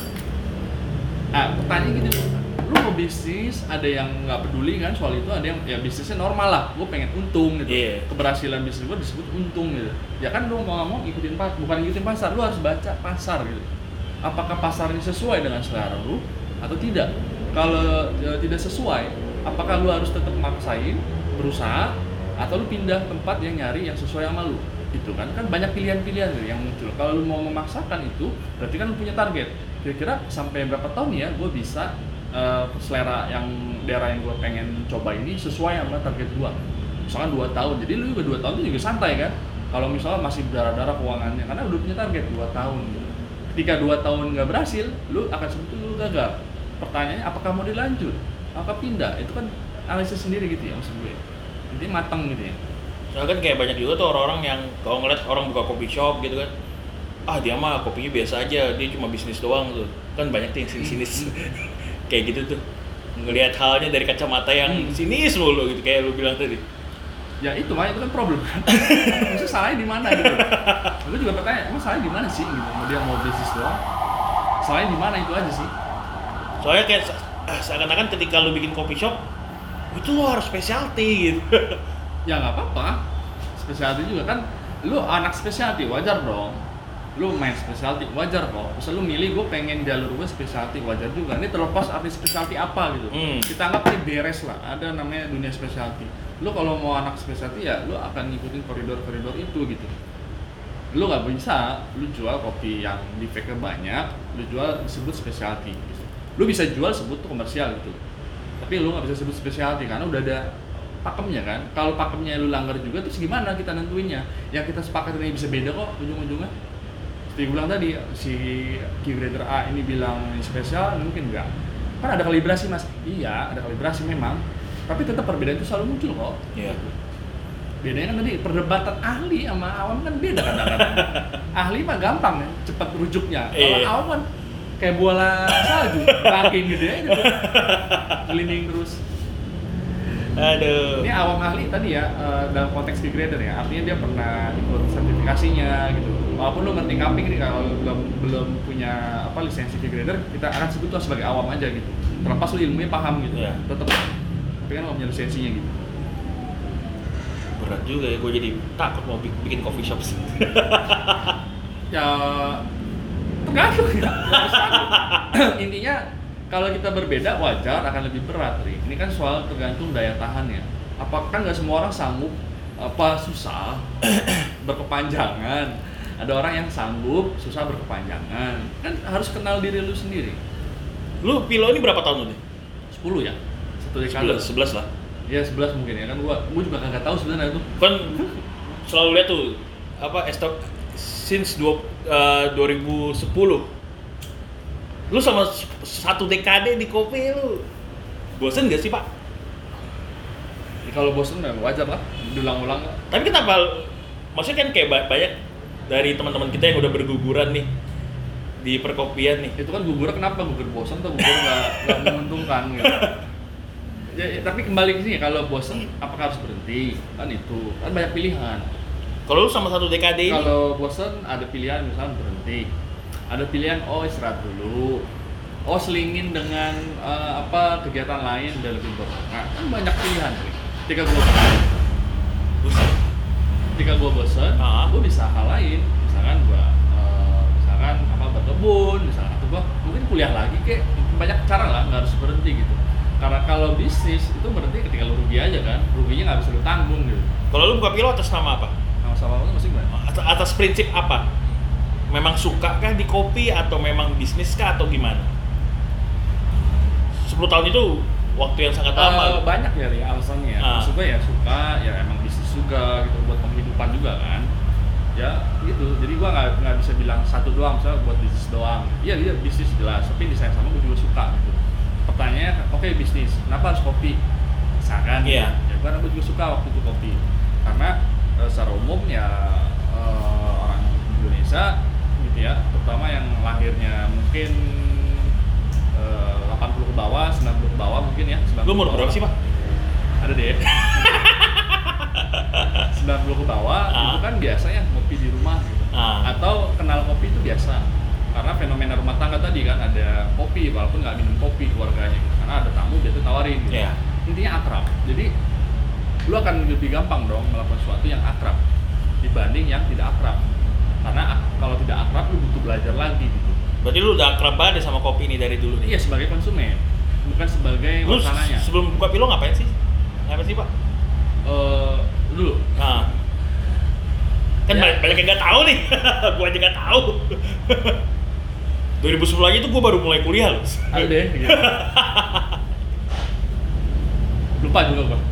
Nah, pertanyaan gitu, lu mau bisnis, ada yang nggak peduli kan soal itu, ada yang ya bisnisnya normal lah, gue pengen untung gitu. Yeah. Keberhasilan bisnis gue disebut untung gitu. Ya kan lu mau nggak mau ikutin bukan ikutin pasar, lu harus baca pasar gitu. Apakah pasar ini sesuai dengan selera lu atau tidak? Kalau tidak sesuai, apakah lu harus tetap maksain, berusaha, atau lu pindah tempat yang nyari yang sesuai sama lu? Gitu kan banyak pilihan-pilihan gitu yang muncul. Kalau lu mau memaksakan itu, berarti kan lu punya target. Kira-kira sampai berapa tahun ya gue bisa selera yang daerah yang gue pengen coba ini sesuai sama target gue. Misalkan 2 tahun, jadi lu juga 2 tahun itu juga santai kan. Kalau misalnya masih berdarah-darah keuangannya, karena udah punya target 2 tahun gitu. Ketika 2 tahun nggak berhasil, lu akan sebut lu gagal. Pertanyaannya apakah mau dilanjut? Apakah pindah? Itu kan analisis sendiri gitu ya maksud gue. Nanti matang gitu ya. Soalnya kan kayak banyak juga tuh orang-orang yang kalau ngeliat orang buka coffee shop gitu kan, dia mah kopinya biasa aja, dia cuma bisnis doang tuh. Kan banyak tuh yang sinis-sinis kayak gitu tuh, ngelihat halnya dari kacamata yang sinis mulu gitu, kayak lu bilang tadi. Ya itu mah, itu kan problem kan. Maksudnya salahnya di mana gitu. Gue juga bertanya, emang salahnya di mana sih gitu. Dia mau bisnis doang, salahnya di mana itu aja sih. Soalnya kayak seakan-akan ketika lu bikin coffee shop, itu lu harus specialty gitu. Ya nggak apa-apa, specialty juga kan. Lu anak specialty wajar dong. Lu main specialty wajar kok. Misal lu milih gue pengen jalur gue specialty wajar juga. Ini terlepas arti specialty apa gitu. Kita anggap ini beres lah. Ada namanya dunia specialty. Lu kalau mau anak specialty ya lu akan ngikutin koridor-koridor itu gitu. Lu nggak bisa lu jual kopi yang defect-nya banyak, lu jual disebut specialty gitu. Lu bisa jual sebut tuh komersial gitu. Tapi lu nggak bisa sebut specialty karena udah ada pakemnya kan. Kalau pakemnya lu langgar juga terus gimana kita nentuinnya? Yang kita sepakat ini bisa beda kok ujung-ujungnya. Seperti gue bilang tadi, si key grader A ini bilang ini spesial, mungkin enggak. Kan ada kalibrasi mas, iya ada kalibrasi memang. Tapi tetap perbedaan itu selalu muncul kok. Iya. Bedanya kan tadi perdebatan ahli sama awam kan beda kadang-kadang. Ahli mah gampang ya, cepat rujuknya. Kalau awam kan kayak bola salju, makin gitu ya, gitu. Cleaning terus. Aduh. Ini awam ahli tadi ya, dalam konteks key grader ya, artinya dia pernah ikut sertifikasinya gitu. Walaupun lu ngerti cupping nih, kalau belum punya lisensi key grader, kita akan sebut tuh sebagai awam aja gitu. Terlepas lu ilmunya paham gitu, tetap. Tapi kan nggak punya lisensinya gitu. Berat juga ya, gue jadi takut mau bikin coffee shop sih. Ya tergantung ya. Intinya kalau kita berbeda wajar, akan lebih berat nih. Ini kan soal tergantung daya tahannya. Apakah nggak semua orang sanggup susah berkepanjangan? Ada orang yang sanggup susah berkepanjangan. Kan harus kenal diri lu sendiri. Lu Pilo ini berapa tahun udah? 10 ya? 1 dekade. 11 lah. Ya 11 mungkin ya kan. Gua juga kagak tahu sebenarnya tuh. Kan selalu lihat tuh since 2010. Lu sama 1 dekade di kopi lu. Bosen gak sih, Pak? Ya, kalau bosen ya wajar lah, diulang-ulang. Tapi kenapa? Maksudnya kan kayak banyak dari teman-teman kita yang udah berguguran nih di perkopian nih. Itu kan gugur kenapa? Gugur bosan atau gugur nggak menguntungkan gitu. Ya, tapi kembali ke sini, kalau bosan apakah harus berhenti? Kan itu kan banyak pilihan. Kalau lu sama 1 dekade ini? Kalau bosan ada pilihan misalnya berhenti. Ada pilihan istirahat dulu. Selingin dengan kegiatan lain udah lebih bermanfaat. Kan banyak pilihan. Ketika gue bosan, gue bisa hal lain. Misalkan gue berkebun, misalkan, atau gue mungkin kuliah lagi, kayak banyak cara lah, nggak harus berhenti gitu. Karena kalau bisnis itu berhenti ketika lu rugi aja kan, ruginya nggak bisa lu tanggung gitu. Kalau lu buka Pilo atas nama apa? Nama sama lu masih gimana? Atas prinsip apa? Memang suka kah di kopi atau memang bisnis kah atau gimana? 10 tahun itu waktu yang sangat lama. Banyak ya Ri, alasannya ya. Maksud gue ya suka, ya emang bisnis juga gitu, buat penghidupan juga kan. Ya gitu, jadi gue nggak bisa bilang satu doang, misalnya buat bisnis doang. Iya bisnis jelas, tapi di saya sama gue juga suka gitu. Pertanyaannya, oke, bisnis, kenapa harus kopi? Misalkan, Iya. ya karena gue juga suka waktu itu kopi. Karena secara umum ya orang Indonesia gitu ya, terutama yang lahirnya mungkin 80 ke bawah, 90 ke bawah mungkin ya. Lu umur berapa sih, Pak? Ada deh. 90 ke bawah itu kan biasanya ngopi di rumah gitu. Atau kenal kopi itu biasa. Karena fenomena rumah tangga tadi kan ada kopi walaupun nggak minum kopi keluarganya gitu. Karena ada tamu dia tuh tawarin gitu. Yeah. Intinya akrab. Jadi lu akan lebih gampang dong melakukan sesuatu yang akrab dibanding yang tidak akrab. Karena kalau tidak akrab lu butuh belajar lagi gitu. Berarti lu udah akrab banget sama kopi ini dari dulu nih? Iya, sebagai konsumen, bukan sebagai wacananya. Sebelum buka Pilo ngapain sih? Ngapain sih, Pak? Dulu. Kan Ya. banyak yang nggak tahu nih. Gua aja nggak tahu. 2010 aja tuh gua baru mulai kuliah loh. Ada deh gitu. Lupa juga gua.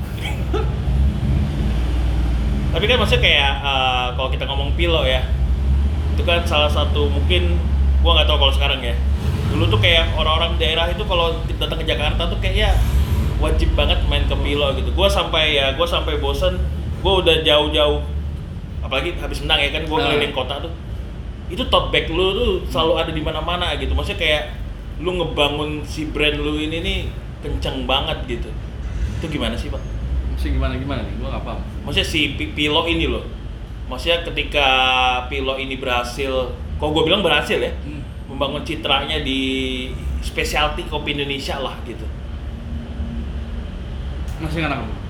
Tapi kan maksudnya kayak kalau kita ngomong Pilo ya, itu kan salah satu mungkin gua nggak tahu kalau sekarang ya. Dulu tuh kayak orang-orang daerah itu kalau datang ke Jakarta tuh kayaknya wajib banget main ke Pilo gitu. Gua sampai bosen, gua udah jauh-jauh, apalagi habis menang ya kan, gua keliling kota tuh. Itu tote bag lu tuh selalu ada di mana-mana gitu. Maksudnya kayak lu ngebangun si brand lu ini nih kenceng banget gitu. Itu gimana sih, Pak? Mesti gimana nih? Gua nggak paham. Maksudnya si Pilo ini loh. Maksudnya ketika Pilo ini berhasil, kok gue bilang berhasil ya, membangun citranya di specialty kopi Indonesia lah gitu. Masih nggak nangkep.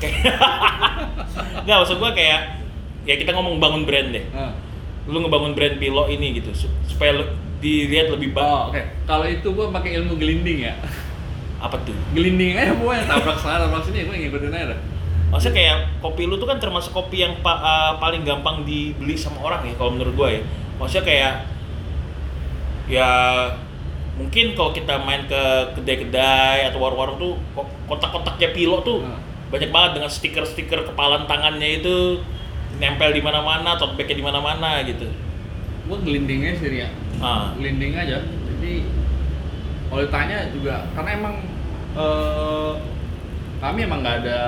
Nggak, maksud gue kayak, ya kita ngomong bangun brand deh. Lu ngebangun brand Pilo ini gitu, supaya dilihat lebih baik. Oke. Kalau itu gua pakai ilmu gelinding ya. Apa tuh? Gelinding aja pokoknya, tabrak sana, tabrak sini, gua ngikutin aja dah. Maksudnya kayak kopi lu tuh kan termasuk kopi yang paling gampang dibeli sama orang ya kalau menurut gue ya. Maksudnya kayak ya mungkin kalau kita main ke kedai-kedai atau warung-warung tuh kotak-kotaknya Pilo tuh banyak banget dengan stiker-stiker kepalan tangannya itu nempel di mana-mana, tote bag-nya di mana-mana gitu. Gua gelindingnya sih ya. Gelinding aja. Jadi kalau ditanya juga karena emang kami emang nggak ada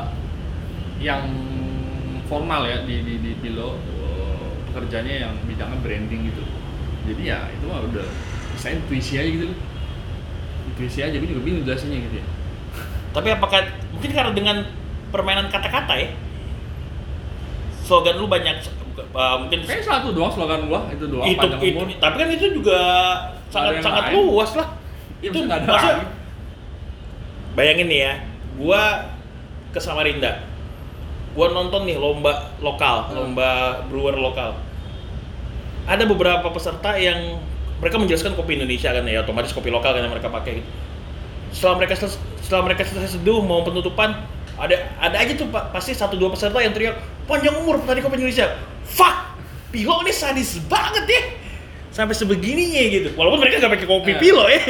yang formal ya di Pilo, pekerjaannya yang bidangnya branding gitu. Jadi ya itu mah udah saya intuisi aja gitu. Intuisi aja, gue juga bingung jelasinnya gitu ya. Tapi apakah mungkin karena dengan permainan kata-kata ya? Slogan lu banyak mungkin Kayaknya satu doang slogan gua, itu doang panjang umur. Tapi kan itu juga sangat luas lah. Iya, Itu nggak ada maksud, lagi. bayangin nih ya, gua ke Samarinda, gua nonton nih lomba lokal, lomba brewer lokal. Ada beberapa peserta yang mereka menjelaskan kopi Indonesia kan ya, otomatis kopi lokal kan yang mereka pakai gitu. Setelah mereka selesai seduh mau penutupan, ada aja tuh pasti 1-2 peserta yang teriak panjang umur petani kopi Indonesia. Fuck, Pilo ini sadis banget ya, sampai sebegininya gitu. Walaupun mereka nggak pakai kopi Pilo ya.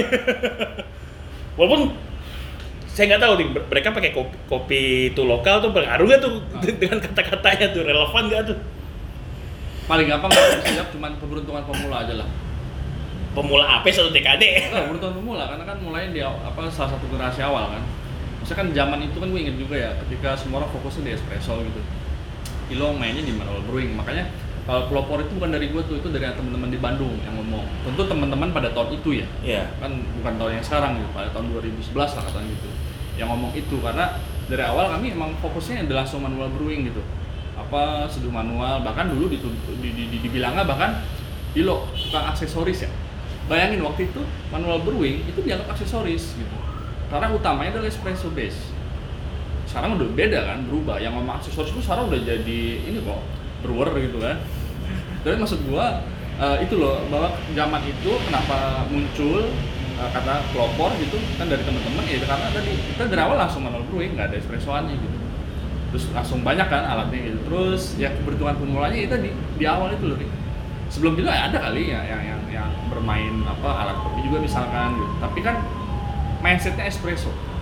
Walaupun saya nggak tahu nih mereka pakai kopi itu lokal tuh berpengaruh nggak tuh dengan kata-katanya tuh, relevan nggak tuh? Paling gampang kalau bisa jawab cuma keberuntungan pemula aja lah. Pemula apa satu dekade? Keberuntungan pemula karena kan mulai di salah satu generasi awal kan. Maksudnya kan zaman itu kan gue inget juga ya, ketika semua orang fokusnya di espresso gitu. Pilo mainnya di manual brewing, makanya kalau pelopor itu bukan dari gue tuh, itu dari teman-teman di Bandung yang ngomong. Tentu teman-teman pada tahun itu ya, kan bukan tahun yang sekarang gitu, pada tahun 2011 lah katanya gitu. Yang ngomong itu karena dari awal kami emang fokusnya udah langsung manual brewing gitu. Seduh manual, bahkan dulu dibilangnya bahkan Pilo tukang aksesoris ya. Bayangin waktu itu manual brewing itu dianggap aksesoris gitu. Karena utamanya adalah espresso base. Sekarang udah beda kan, berubah. Yang ngomong aksesoris itu sekarang udah jadi ini kok, brewer gitu kan. Tapi maksud gua itu loh, bahwa zaman itu kenapa muncul kata pelopor gitu kan dari teman-teman ya karena tadi kita dari awal langsung manual brewing, nggak ada espressoannya gitu. Terus langsung banyak kan alatnya gitu. Terus ya keberuntungan pemulanya itu di awal itu loh nih. Sebelum itu ada kali ya yang bermain alat kopi juga misalkan gitu. Tapi kan mindsetnya espresso.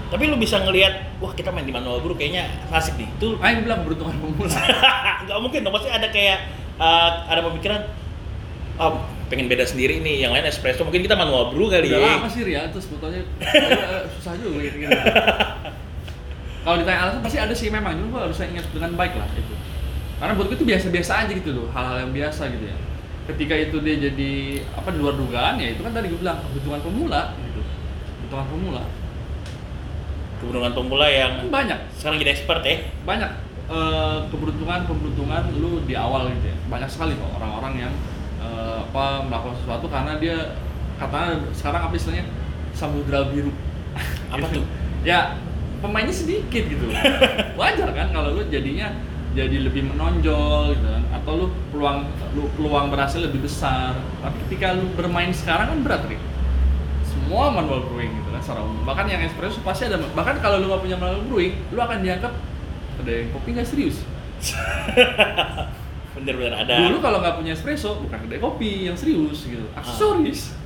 Tapi lu bisa ngelihat, wah kita main di manual brew kayaknya asik nih. Itu Aing bilang keberuntungan pemula. nggak mungkin dong, pasti ada kayak ada pemikiran, oh pengen beda sendiri nih, yang lain espresso, mungkin kita manual brew kali Udah ya. lama sih Ria, terus sebetulnya susah juga gitu. Kalau ditanya alasan pasti ada sih memang, cuma gue harusnya ingat dengan baik lah itu. Karena buat gue itu biasa-biasa aja gitu loh, hal-hal yang biasa gitu ya. Ketika itu dia jadi apa di luar dugaan ya, itu kan tadi gue bilang kebutuhan pemula gitu. Kebutuhan pemula. Keberuntungan pemula yang Kan banyak, sekarang jadi expert ya. banyak keberuntungan lu di awal gitu ya. Banyak sekali kok orang-orang yang melakukan sesuatu karena dia katanya sekarang apa istilahnya samudra biru. Apa Gitu. tuh? Ya pemainnya sedikit gitu. Wajar kan kalau lu jadinya jadi lebih menonjol gitu kan, atau lu peluang berhasil lebih besar. Tapi ketika lu bermain sekarang kan berat nih. Semua manual brewing gitu kan secara umum. Bahkan yang espresso pasti ada, bahkan kalau lu nggak punya manual brewing, lu akan dianggap ada yang kopi nggak serius. Bener-bener ada. Dulu kalau nggak punya espresso, bukan kedai kopi yang serius gitu, aksesoris.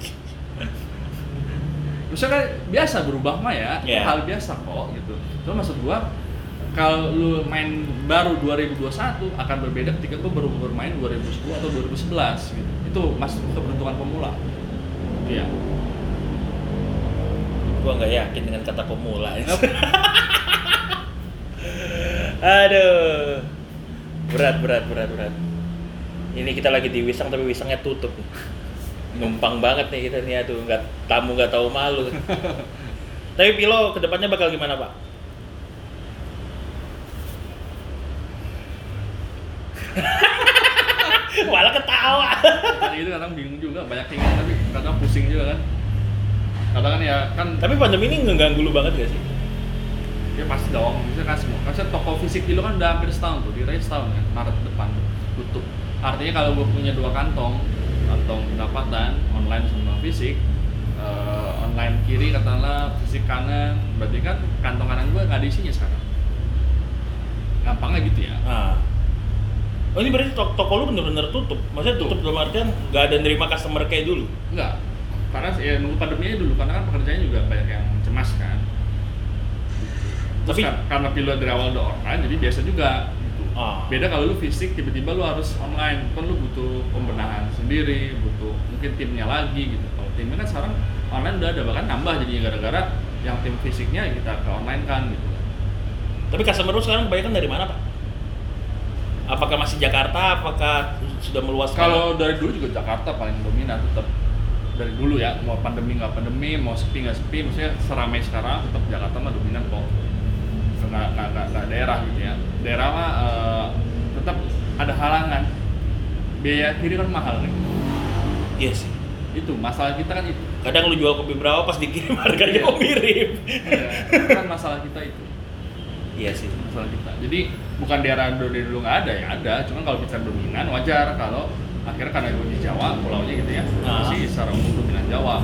Maksudnya kan biasa berubah mah ya, itu Yeah. hal biasa kok gitu. Cuma maksud gua, kalau lu main baru 2021 akan berbeda ketika gua baru bermain 2010 atau 2011 gitu. Itu masuk keberuntungan pemula. Iya. Gua nggak yakin dengan kata pemula. Aduh, berat. Ini kita lagi di Wisang tapi Wisangnya tutup. Numpang banget nih kita nih, aduh, tamu nggak tahu malu. Tapi Pilo kedepannya bakal gimana Pak? Malah ketawa. Kadang itu kadang bingung juga, banyak keinginan tapi kadang pusing juga kan. Kadang kan ya kan Tapi pandemi ini ngeganggu lu banget gak sih? ya pasti dong, misalnya kan semua. Kan toko fisik dulu kan udah hampir setahun tuh, diraih setahun kan, Maret depan tutup. Artinya kalau gue punya 2 kantong pendapatan online sama fisik, online kiri katakanlah, fisik kanan, berarti kan kantong kanan gue nggak ada isinya sekarang. Gampangnya gitu ya. Nah. Oh ini berarti toko lu bener-bener tutup? Maksudnya tutup dalam artian nggak ada nerima customer kayak dulu? Enggak, karena ya nunggu pandeminya dulu, karena kan pekerjaannya juga banyak yang cemas kan. Terus Tapi- karena pilihan dari awal udah online, jadi biasa juga gitu. Ah. Beda kalau lu fisik, tiba-tiba lu harus online, kan lu butuh pembenahan sendiri, butuh mungkin timnya lagi gitu. Kalau timnya kan sekarang online udah ada, bahkan nambah jadinya gara-gara yang tim fisiknya kita ke online kan gitu. Tapi customer lu sekarang kebanyakan dari mana Pak? Apakah masih Jakarta? Apakah sudah meluas? Kalau dari dulu juga Jakarta paling dominan tetap dari dulu ya, mau pandemi nggak pandemi, mau sepi nggak sepi, maksudnya seramai sekarang tetap Jakarta mah dominan kok. Nggak daerah gitu ya. Daerah mah tetap ada halangan. Biaya kiri kan mahal nih. Iya sih. Itu masalah kita kan itu. Kadang lu jual kopi berapa pas dikirim harganya Iya. kok mirip. Ya, itu kan masalah kita itu. Iya sih. Masalah kita. Jadi bukan daerah dari dulu nggak ada ya ada. Cuman kalau bicara dominan wajar kalau akhirnya karena gue di Jawa pulaunya gitu ya, Ah. masih secara umum dominan Jawa.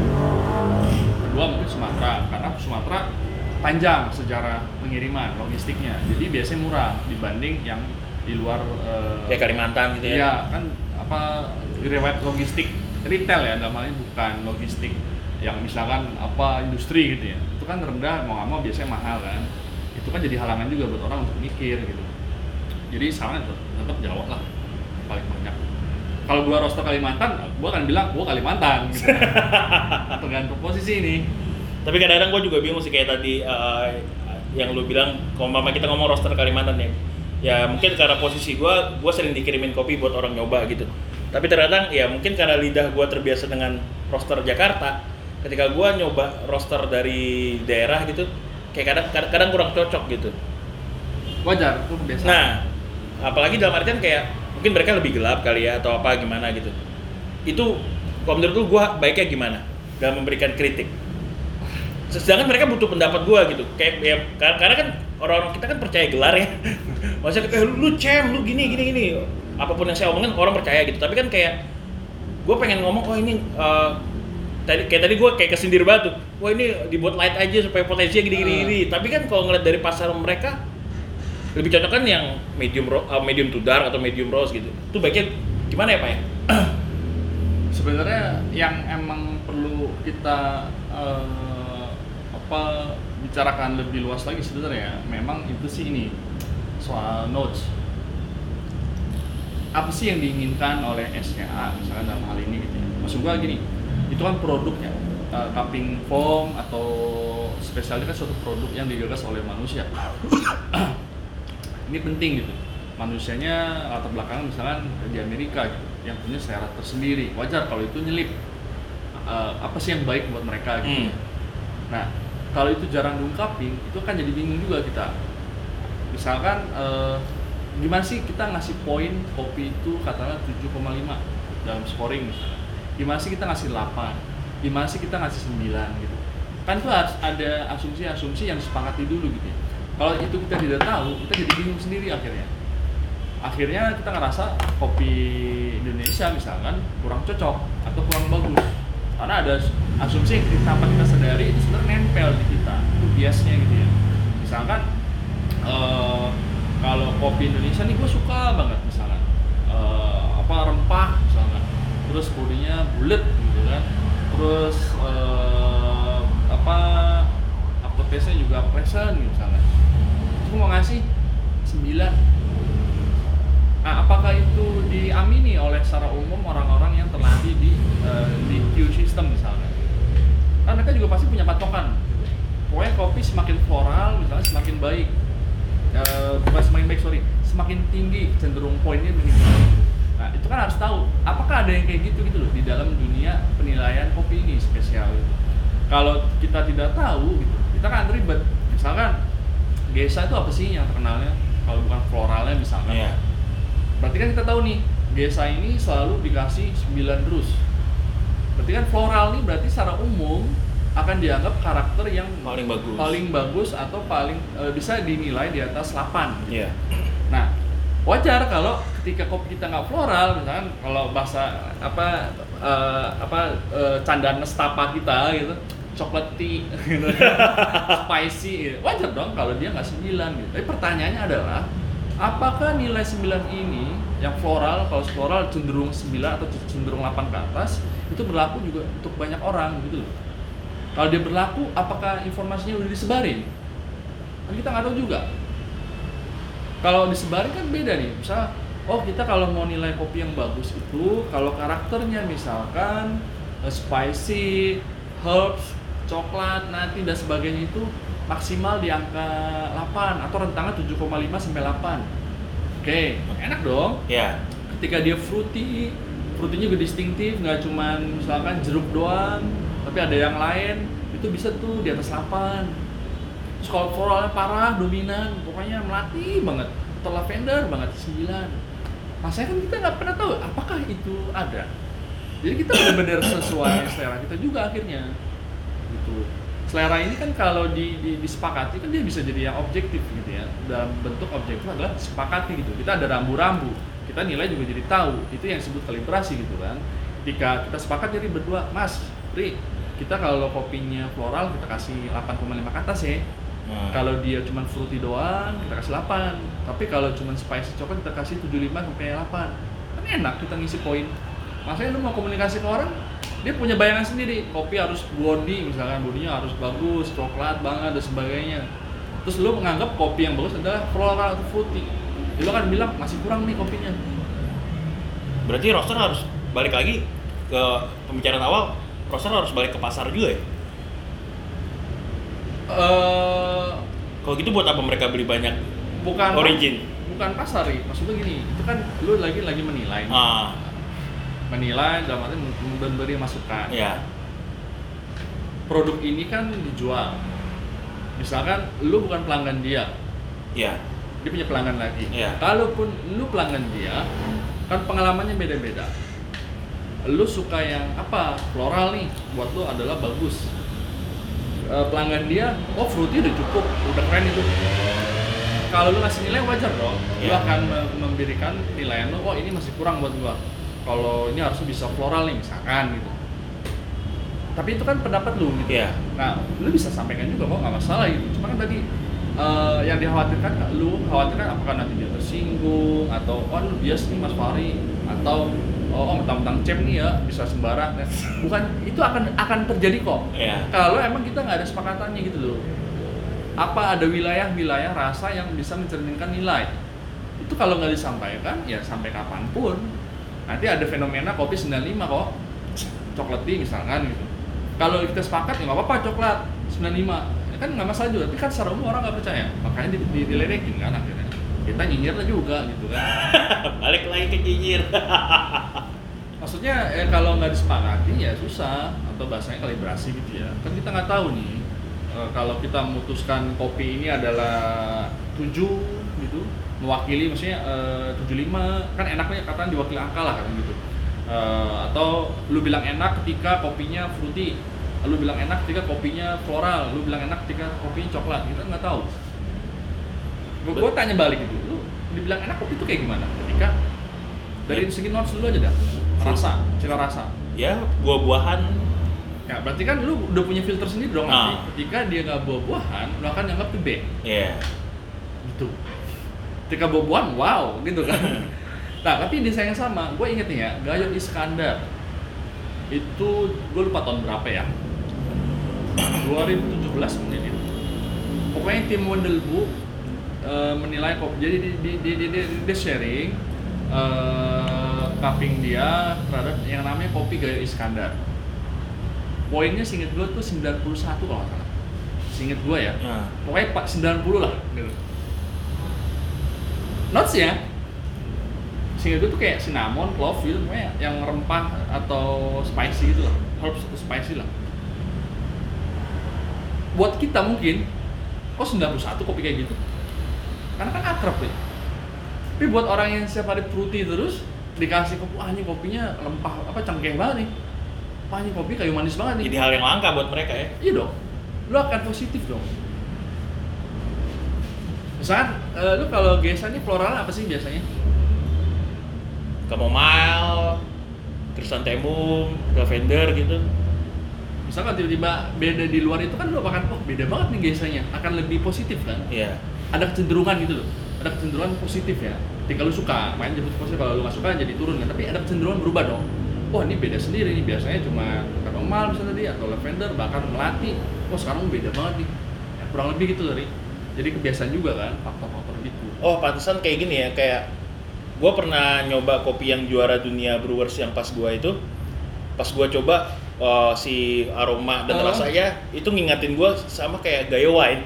Kedua mungkin Sumatera, karena Sumatera panjang sejarah pengiriman logistiknya, jadi biasanya murah dibanding yang di luar. Kayak Kalimantan gitu ya. Iya kan apa riwayat logistik retail ya, dalam hal ini bukan logistik yang misalkan apa industri gitu ya, itu kan rendah, mau nggak mau biasanya mahal kan, itu kan jadi halangan juga buat orang untuk mikir gitu. Jadi sekarang tetap Jawa lah paling banyak. Kalau gua roster Kalimantan, gua akan bilang gua Kalimantan gitu. Tergantung posisi ini. Tapi kadang-kadang gue juga bingung sih kayak tadi yang lu bilang, kalau mama kita ngomong roster Kalimantan ya. Ya mungkin karena posisi gue sering dikirimin kopi buat orang nyoba gitu. Tapi terkadang ya mungkin karena lidah gue terbiasa dengan roster Jakarta, ketika gue nyoba roster dari daerah gitu, kayak kadang kurang cocok gitu. Wajar, itu kebiasaan. Nah, apalagi dalam artian kayak mungkin mereka lebih gelap kali ya atau apa gimana gitu. Itu kalau menurut lu gue baiknya gimana dalam memberikan kritik? Sedangkan mereka butuh pendapat gue gitu, kayak ya, karena kan orang-orang kita kan percaya gelar ya. Maksudnya lu cem, lu gini, apapun yang saya omongin orang percaya gitu. Tapi kan kayak gue pengen ngomong, oh ini tadi gue kayak kesindir banget tuh, wah ini dibuat light aja supaya potensinya gini. Tapi kan kalau ngeliat dari pasar mereka lebih cocok kan yang medium to dark atau medium rose gitu. Itu baiknya gimana ya Pak ya? Sebenarnya yang emang perlu kita bicarakan lebih luas lagi sebenarnya, memang itu sih ini soal notes. Apa sih yang diinginkan oleh SCA misalkan dalam hal ini gitu ya? Maksud gua gini, itu kan produknya, cupping foam atau spesialnya kan suatu produk yang digagas oleh manusia. Ini penting gitu. Manusianya latar belakang misalkan di Amerika gitu, yang punya selera tersendiri. Wajar kalau itu nyelip. Apa sih yang baik buat mereka gitu. Nah, kalau itu jarang diungkapin, itu kan jadi bingung juga kita. Misalkan gimana sih kita ngasih poin kopi itu katakanlah 7,5 dalam scoring misalnya. Gimana sih kita ngasih 8? Gimana sih kita ngasih 9 gitu. Kan itu harus ada asumsi-asumsi yang disepakati dulu gitu ya. Kalau itu kita tidak tahu, kita jadi bingung sendiri akhirnya. Akhirnya kita ngerasa kopi Indonesia misalkan kurang cocok atau kurang bagus. Karena ada asumsi yang tanpa kita sadari itu sebenarnya nempel di kita. Itu biasnya gitu ya. Misalkan kalau kopi Indonesia nih gue suka banget misalkan rempah misalkan, terus bodinya bulat gitu kan, terus aftertaste-nya juga pleasant gitu misalkan. Terus gue mau ngasih 9. Nah, apakah itu diamini oleh secara umum orang-orang yang terlatih di Q system misalnya? Kan mereka juga pasti punya patokan. Pokoknya kopi semakin floral misalnya semakin baik. Bukan semakin baik, semakin tinggi cenderung poinnya begitu. Nah, itu kan harus tahu apakah ada yang kayak gitu loh di dalam dunia penilaian kopi ini spesial. Kalau kita tidak tahu gitu, kita kan ribet. Misalkan Geisha itu apa sih yang terkenalnya? Kalau bukan floralnya misalkan. Yeah. Berarti kan kita tahu nih, Geisha ini selalu dikasih 9 terus. Berarti kan floral nih berarti secara umum akan dianggap karakter yang paling bagus atau paling bisa dinilai di atas 8. Iya. Nah, wajar kalau ketika kopi kita nggak floral, misalkan kalau bahasa candaan nestapa kita gitu, coklat tea gitu, spicy gitu. Wajar dong kalau dia nggak 9 gitu. Tapi pertanyaannya adalah apakah nilai 9 ini yang floral, kalau floral cenderung 9 atau cenderung 8 ke atas, itu berlaku juga untuk banyak orang gitu loh. Kalau dia berlaku, apakah informasinya udah disebarin? Kan kita nggak tahu juga. Kalau disebarin kan beda nih. Misal, kita kalau mau nilai kopi yang bagus itu, kalau karakternya misalkan spicy, herbs, coklat, nati dan sebagainya itu maksimal di angka 8 atau rentangan 7,5 sampai 8. Oke, enak dong. Iya. Ketika dia fruity-nya juga distintif, nggak cuman misalkan jeruk doang, tapi ada yang lain, itu bisa tuh di atas 8. Terus kalau floralnya parah, dominan, pokoknya melati banget, atau lavender banget, 9. Masalahnya kan kita nggak pernah tahu apakah itu ada. Jadi kita benar-benar sesuai selera kita juga akhirnya. Gitu. Selera ini kan kalau disepakati kan dia bisa jadi yang objektif gitu ya. Dalam bentuk objektif adalah disepakati gitu. Kita ada rambu-rambu, kita nilai juga jadi tahu. Itu yang disebut kalibrasi gitu kan. Ketika kita sepakat jadi berdua, Mas, Ri, kita kalau kopinya floral kita kasih 8,5 ke atas ya. Kalau dia cuma fruity doang kita kasih 8. Tapi kalau cuma spicy coklat kita kasih 7,5 sampai 8. Kan enak kita ngisi poin. Maksudnya lu mau komunikasi ke orang, dia punya bayangan sendiri. Kopi harus body, misalkan bodinya harus bagus, coklat banget dan sebagainya. Terus lu menganggap kopi yang bagus adalah floral atau fruity. Lu akan bilang masih kurang nih kopinya. Berarti roaster harus balik lagi ke pembicaraan awal. Roaster harus balik ke pasar juga ya? Kalau gitu buat apa mereka beli banyak origin? Bukan pasar ya, maksudnya gini, itu kan lu lagi menilai. Menilai dalam arti memberi masukan. Iya. Produk ini kan dijual. Misalkan lu bukan pelanggan dia. Iya. Dia punya pelanggan lagi. Iya. Kalaupun lu pelanggan dia, kan pengalamannya beda-beda. Lu suka yang apa? Floral nih, buat lu adalah bagus. Pelanggan dia, fruity udah cukup, udah keren itu. Kalau lu ngasih nilai wajar dong. Lu akan memberikan penilaian lu, ini masih kurang buat gua. Kalau ini harusnya bisa floral nih misalkan gitu. Tapi itu kan pendapat lu gitu. Yeah. Nah, lu bisa sampaikan juga kok, nggak masalah gitu. Cuma kan tadi yang dikhawatirkan, lu khawatirkan apakah nanti dia tersinggung atau lu bias nih Mas Fahri, atau oh mentang-mentang champ nih ya bisa sembarang. Bukan, itu akan terjadi kok. Iya. Kalau emang kita nggak ada sepakatannya gitu loh. Apa ada wilayah-wilayah rasa yang bisa mencerminkan nilai? Itu kalau nggak disampaikan ya sampai kapanpun nanti ada fenomena kopi 95 kok, coklat tea misalkan gitu. Kalau kita sepakat ya nggak apa-apa coklat 95 ya kan nggak masalah juga, tapi kan secara umum orang nggak percaya, makanya diledekin kan akhirnya. Kita nyinyir lah juga gitu kan. Balik lagi ke nyinyir. Maksudnya kalau nggak disepakati ya susah, atau bahasanya kalibrasi gitu ya. Kan kita nggak tahu nih kalau kita memutuskan kopi ini adalah 7 gitu, mewakili maksudnya 75, kan enaknya katanya diwakili angka lah kan gitu. Atau lu bilang enak ketika kopinya fruity, lu bilang enak ketika kopinya floral, lu bilang enak ketika kopinya coklat, kita nggak tahu. Gue tanya balik gitu, lu dibilang enak kopi itu kayak gimana? Ketika dari segi notes dulu aja dah, rasa, cita rasa. Ya, buah-buahan. Ya berarti kan lu udah punya filter sendiri dong nanti. Ketika dia nggak buah-buahan, lu akan anggap itu B. Iya. Gitu. Ketika buah-buahan, wow, gitu kan. Nah, tapi di saya yang sama, gue inget nih ya, Gayo Iskandar itu gue lupa tahun berapa ya, 2017 mungkin itu. Pokoknya tim Wendelbu menilai kopi, jadi dia sharing cupping dia terhadap yang namanya kopi Gayo Iskandar. Poinnya seinget gue tuh 91 kalau nggak salah, seinget gue ya. Pokoknya 90 lah gitu. Notes-nya seinget gue tuh kayak cinnamon, clove gitu, pokoknya yang rempah atau spicy gitu lah, herbs atau spicy lah. Buat kita mungkin, kok 91 kopi kayak gitu? Karena kan akrab ya. Tapi buat orang yang setiap hari fruity terus, dikasih kopi, ini kopinya lempah, cengkeh banget nih. Ini kopi kayu manis banget nih. Jadi hal yang langka buat mereka ya? Iya dong, lu akan positif dong. Misalkan, lu kalau Gesa nih floral apa sih biasanya? Chamomile, chrysanthemum, lavender gitu. Misalkan tiba-tiba beda di luar itu kan lu akan, beda banget nih Gesanya, akan lebih positif kan? Iya. Ada kecenderungan gitu loh, ada kecenderungan positif ya. Ketika lu suka, main jadi positif, kalau lu nggak suka jadi turun kan. Tapi ada kecenderungan berubah dong. Wah ini beda sendiri nih, biasanya cuma chamomile misalnya tadi, atau lavender, bahkan melati. Wah sekarang beda banget nih, ya, kurang lebih gitu dari. Jadi kebiasaan juga kan, faktor-faktor gitu. Oh pantesan kayak gini ya, kayak gue pernah nyoba kopi yang juara dunia Brewers yang pas gue coba si aroma dan rasanya itu ngingatin gue sama kayak Gayo Wine.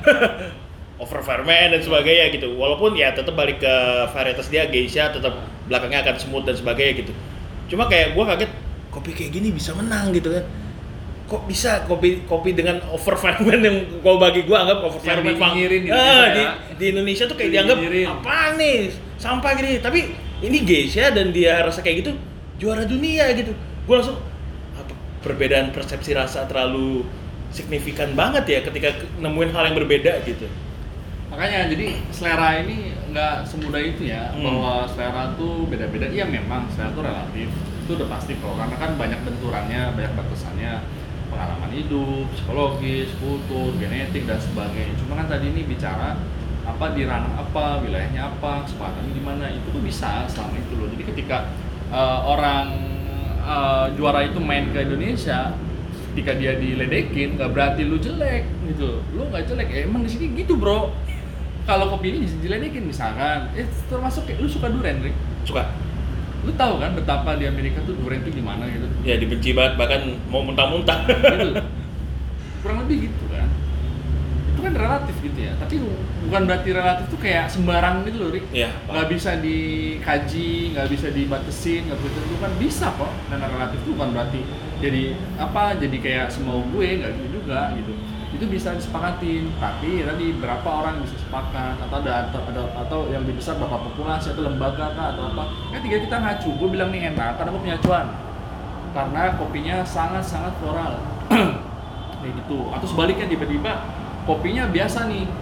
Over ferment dan sebagainya gitu. Walaupun ya tetap balik ke varietas dia, Geisha tetap belakangnya akan smooth dan sebagainya gitu. Cuma kayak gue kaget, kopi kayak gini bisa menang gitu kan. Kok bisa kopi dengan over ferment yang kalau bagi gue anggap over ferment gitu di Indonesia tuh kayak dianggap apaan nih, sampah gini. Tapi ini Geisha dan dia rasa kayak gitu juara dunia gitu. Gue langsung perbedaan persepsi rasa terlalu signifikan banget ya ketika nemuin hal yang berbeda gitu. Makanya jadi selera ini nggak semudah itu ya, bahwa selera tuh beda-beda. Iya memang selera tuh relatif, itu udah pasti kok, karena kan banyak benturannya, banyak batasannya, pengalaman hidup, psikologis, kultur, genetik dan sebagainya. Cuma kan tadi ini bicara apa di ranah apa, wilayahnya apa, kesempatannya di mana, itu tuh bisa selama itu loh. Jadi ketika orang juara itu main ke Indonesia, ketika dia diledekin, nggak berarti lu jelek gitu. Lu nggak jelek, emang di sini gitu bro. Kalau kopi ini diledekin misalkan, termasuk kayak lu suka durian, Rick? Suka. Lu tahu kan betapa di Amerika tuh durian tuh gimana gitu? Ya dibenci banget, bahkan mau muntah-muntah. Gitu. Kurang lebih gitu kan. Itu kan relatif gitu ya. Tapi bukan berarti relatif tuh kayak sembarang gitu loh, Rick. Iya. Nggak bisa dikaji, nggak bisa dibatesin, nggak bisa ditentukan, bisa kok. Dan relatif tuh bukan berarti jadi kayak semau gue, nggak gitu juga gitu. Itu bisa disepakatin, tapi tadi berapa orang yang bisa sepakat, atau yang lebih besar berapa populasi atau lembaga kah atau apa. Ketika kita ngacu, gue bilang nih enak karena gue punya acuan, karena kopinya sangat-sangat floral kayak gitu. Atau sebaliknya tiba-tiba kopinya biasa nih,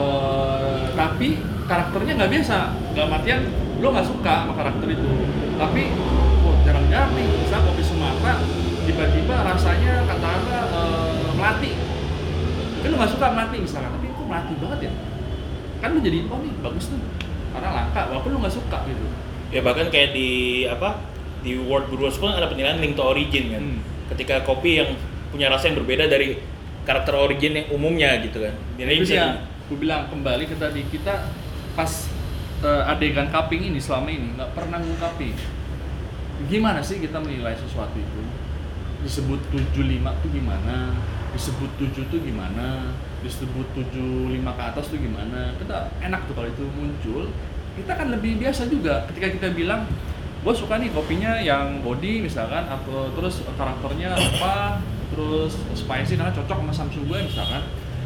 tapi karakternya nggak biasa, dalam artian lo nggak suka sama karakter itu, tapi jarang-jarang nih, misalnya kopi Sumatera tiba-tiba rasanya katakanlah melati. Kan lu nggak suka melati misalkan, tapi kok melati banget ya? Kan lu jadi, nih bagus tuh, karena langka, walaupun lu nggak suka gitu. Ya bahkan kayak di di World Brewers pun ada penilaian link to origin kan. Ketika kopi yang punya rasa yang berbeda dari karakter origin yang umumnya gitu kan. Jadi gue bilang kembali ke tadi, kita pas adegan cupping ini selama ini nggak pernah ngungkapin gimana sih kita menilai sesuatu itu. Disebut 75 tuh gimana, disebut 7 tuh gimana, disebut 75 ke atas tuh gimana. Kita enak tuh kalau itu muncul, kita kan lebih biasa juga ketika kita bilang gue suka nih kopinya yang body misalkan, atau terus karakternya apa, terus spicy karena cocok sama Samsu gue misalkan.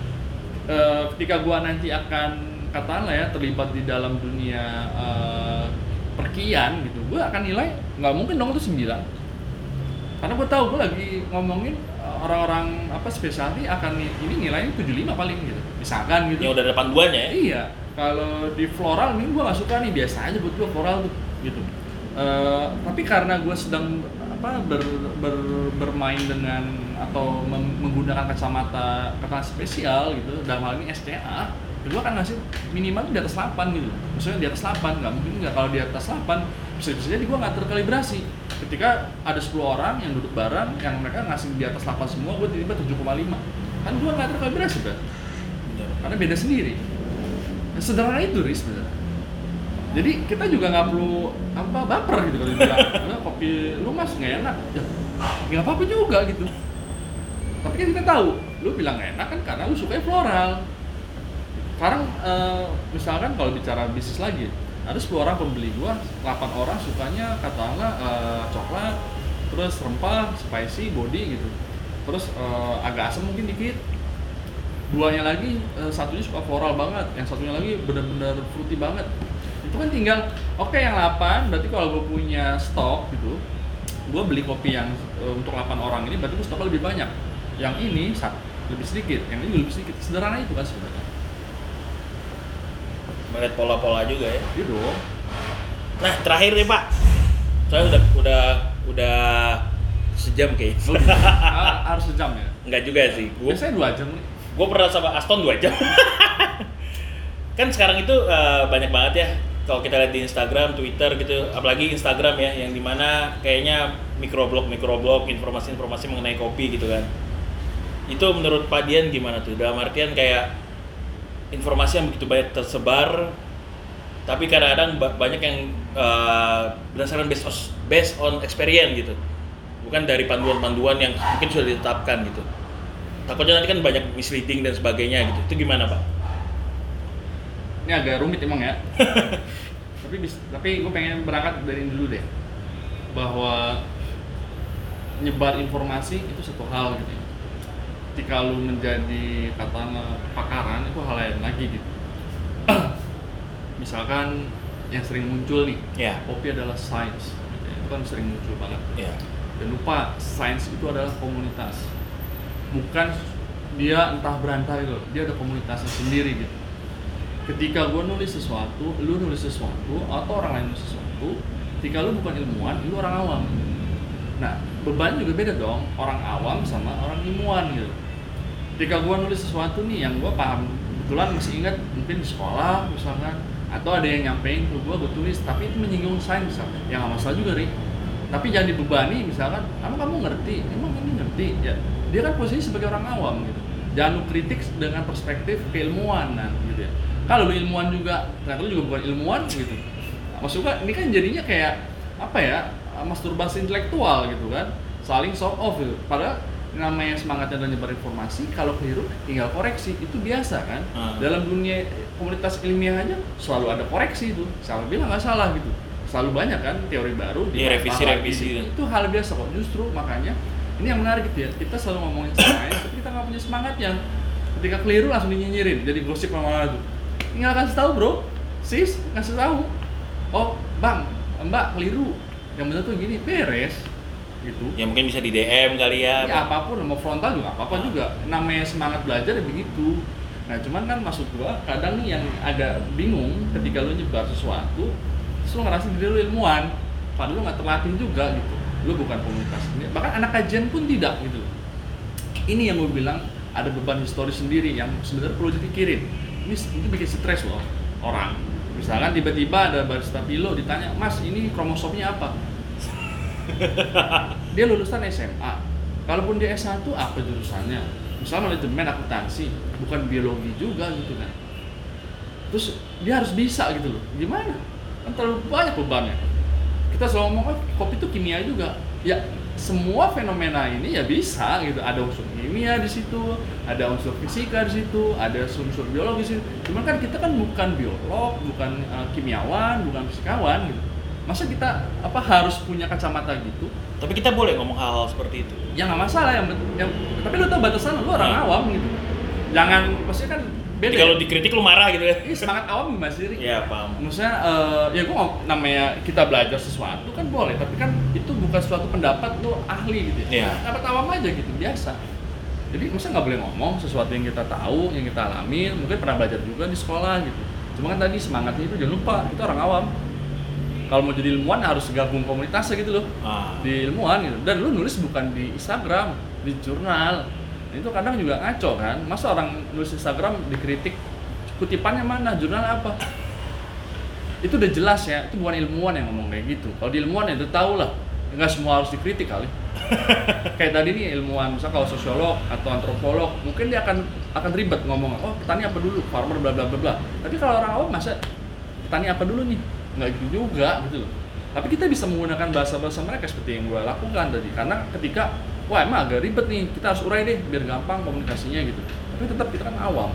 Ketika gue nanti akan katakanlah ya terlibat di dalam dunia perkian gitu, gue akan nilai nggak mungkin dong itu 9. Karena gue tahu gue lagi ngomongin orang-orang apa spesialty akan ini nilainya 75 paling gitu. Misalkan gitu. Yang udah ada panduannya ya? Iya. Kalau di floral ini gue nggak suka nih, biasa aja buat gue floral tuh gitu. Tapi karena gue sedang bermain dengan atau menggunakan kacamata spesial gitu, dalam hal ini SCA, gue akan ngasih minimal di atas 8 gitu. Maksudnya di atas 8, nggak mungkin nggak. Kalau di atas 8 bisa jadi gue nggak terkalibrasi. Ketika ada 10 orang yang duduk bareng, yang mereka ngasih di atas 8 semua, gue tiba-tiba 7,5. Kan gue nggak terkalibrasi, Bang. Karena beda sendiri. Sederhana itu, Riz, bener. Jadi kita juga nggak perlu baper gitu kalau dibilang, kopi lu mas nggak enak, ya nggak apa-apa juga gitu. Tapi kan kita tahu, lu bilang nggak enak kan karena lu suka floral. Sekarang misalkan kalau bicara bisnis lagi, ada 10 orang pembeli gua, 8 orang sukanya katakanlah coklat, terus rempah, spicy, body gitu. Terus agak asam mungkin dikit. Duanya lagi, satunya suka floral banget, yang satunya lagi benar-benar fruity banget. Itu kan tinggal, oke yang 8, berarti kalau gue punya stok gitu, gue beli kopi yang untuk 8 orang ini, berarti gue stoknya lebih banyak. Yang ini lebih sedikit, yang ini lebih sedikit. Sederhana itu kan sebenarnya. Melihat pola-pola juga ya. Iya dong. Nah terakhir nih Pak, saya udah sejam kayaknya. Harus sejam ya? Enggak juga sih. Biasanya 2 jam nih. Gue pernah sama Aston 2 jam. Kan sekarang itu banyak banget ya. Kalau kita lihat di Instagram, Twitter gitu, apalagi Instagram ya, yang dimana kayaknya microblog, informasi-informasi mengenai kopi gitu kan. Itu menurut Pak Dian gimana tuh? Dalam artian kayak informasi yang begitu banyak tersebar, tapi kadang-kadang banyak yang berdasarkan based on experience gitu, bukan dari panduan-panduan yang mungkin sudah ditetapkan gitu. Takutnya nanti kan banyak misleading dan sebagainya gitu. Itu gimana Pak? Ini agak rumit emang ya. tapi gue pengen berangkat dari dulu deh, bahwa nyebar informasi itu satu hal gitu. Ketika lu menjadi katakanlah pakaran, itu hal lain lagi gitu. Misalkan yang sering muncul nih, kopi adalah sains, itu kan sering muncul banget. Dan lupa, sains itu adalah komunitas, bukan dia entah berantai gitu, dia ada komunitasnya sendiri gitu. Ketika gue nulis sesuatu, lu nulis sesuatu, atau orang lain nulis sesuatu, ketika lu bukan ilmuwan, lu orang awam. Nah, beban juga beda dong, orang awam sama orang ilmuwan gitu. Ketika gue nulis sesuatu nih yang gue paham, kebetulan masih ingat mungkin di sekolah misalkan, atau ada yang nyampein ke gue tulis, tapi itu menyinggung sains misalkan, ya nggak masalah juga Ri. Tapi jangan dibebani misalkan, kamu ngerti, emang ini ngerti, ya dia kan posisi sebagai orang awam gitu. Jangan lu kritik dengan perspektif keilmuanan gitu ya. Kalau lu ilmuwan juga, ternyata lu juga bukan ilmuwan gitu. Maksudnya ini kan jadinya kayak apa ya, masturbasi intelektual gitu kan, saling show off gitu. Padahal namanya semangatnya adalah nyebar informasi, kalau keliru tinggal koreksi, itu biasa kan. Dalam dunia komunitas ilmiah aja selalu ada koreksi itu, salah bilang nggak salah gitu. Selalu banyak kan teori baru, revisi. Itu hal biasa kok. Justru makanya ini yang menarik gitu ya, kita selalu ngomongin sains, tapi kita nggak punya semangatnya. Ketika keliru langsung dinyinyirin, jadi gosip mana-mana tuh. Nggak kasih tahu bro, sis ngasih tahu. Oh bang, mbak keliru, yang benar tuh gini, beres gitu. Ya mungkin bisa di DM kali ya. Ya apapun, mau frontal juga apa-apa juga. Namanya semangat belajar ya begitu. Nah cuman kan maksud gua kadang nih yang agak bingung ketika lu nyebar sesuatu, terus lu ngerasa diri lu ilmuwan, padahal lu nggak terlatih juga gitu. Lu bukan komunitas ini, bahkan anak kajian pun tidak gitu. Ini yang gue bilang ada beban historis sendiri yang sebenarnya perlu dipikirin. Ini itu bikin stres loh orang. Misalkan tiba-tiba ada barista Pilo ditanya, Mas ini kromosomnya apa? Dia lulusan SMA. Kalaupun dia S1 apa jurusannya? Misalnya manajemen akuntansi, bukan biologi juga gitu kan. Terus dia harus bisa gitu loh. Gimana? Kan terlalu banyak bebannya. Kita selalu ngomong kopi itu kimia juga. Ya, semua fenomena ini ya bisa gitu. Ada unsur kimia di situ, ada unsur fisika di situ, ada unsur biologi di situ. Cuman kan kita kan bukan biolog, bukan kimiawan, bukan fisikawan gitu. Masa kita harus punya kacamata gitu? Tapi kita boleh ngomong hal-hal seperti itu. Ya nggak masalah tapi lu tahu batasan, lu orang awam gitu. Jangan maksudnya kan beda. Kalau dikritik lu marah gitu ya. Ini semangat awam gimana sih? Iya, paham. Maksudnya ya gua namanya kita belajar sesuatu kan boleh, tapi kan itu bukan suatu pendapat lu ahli gitu ya. Iya. Pendapat awam aja gitu, biasa. Jadi maksudnya nggak boleh ngomong sesuatu yang kita tahu, yang kita alami, mungkin pernah belajar juga di sekolah gitu. Cuma kan tadi semangatnya itu jangan lupa, kita orang awam. Kalau mau jadi ilmuwan harus gabung komunitasnya gitu loh. Di ilmuwan gitu. Dan lu nulis bukan di Instagram, di jurnal. Nah, itu kadang juga ngaco kan. Masa orang nulis Instagram dikritik kutipannya mana, jurnal apa? Itu udah jelas ya, itu bukan ilmuwan yang ngomong kayak gitu. Kalau di ilmuwan ya udah tahu lah. Enggak semua harus dikritik kali. Kayak tadi nih ilmuwan, misalnya kalau sosiolog atau antropolog, mungkin dia akan ribet ngomong, oh petani apa dulu, farmer bla bla bla bla. Tapi kalau orang awam masa petani apa dulu nih? Nggak gitu juga gitu loh. Tapi kita bisa menggunakan bahasa-bahasa mereka seperti yang gue lakukan tadi, karena ketika wah emang agak ribet nih, kita harus urai deh biar gampang komunikasinya gitu. Tapi tetap kita kan awam.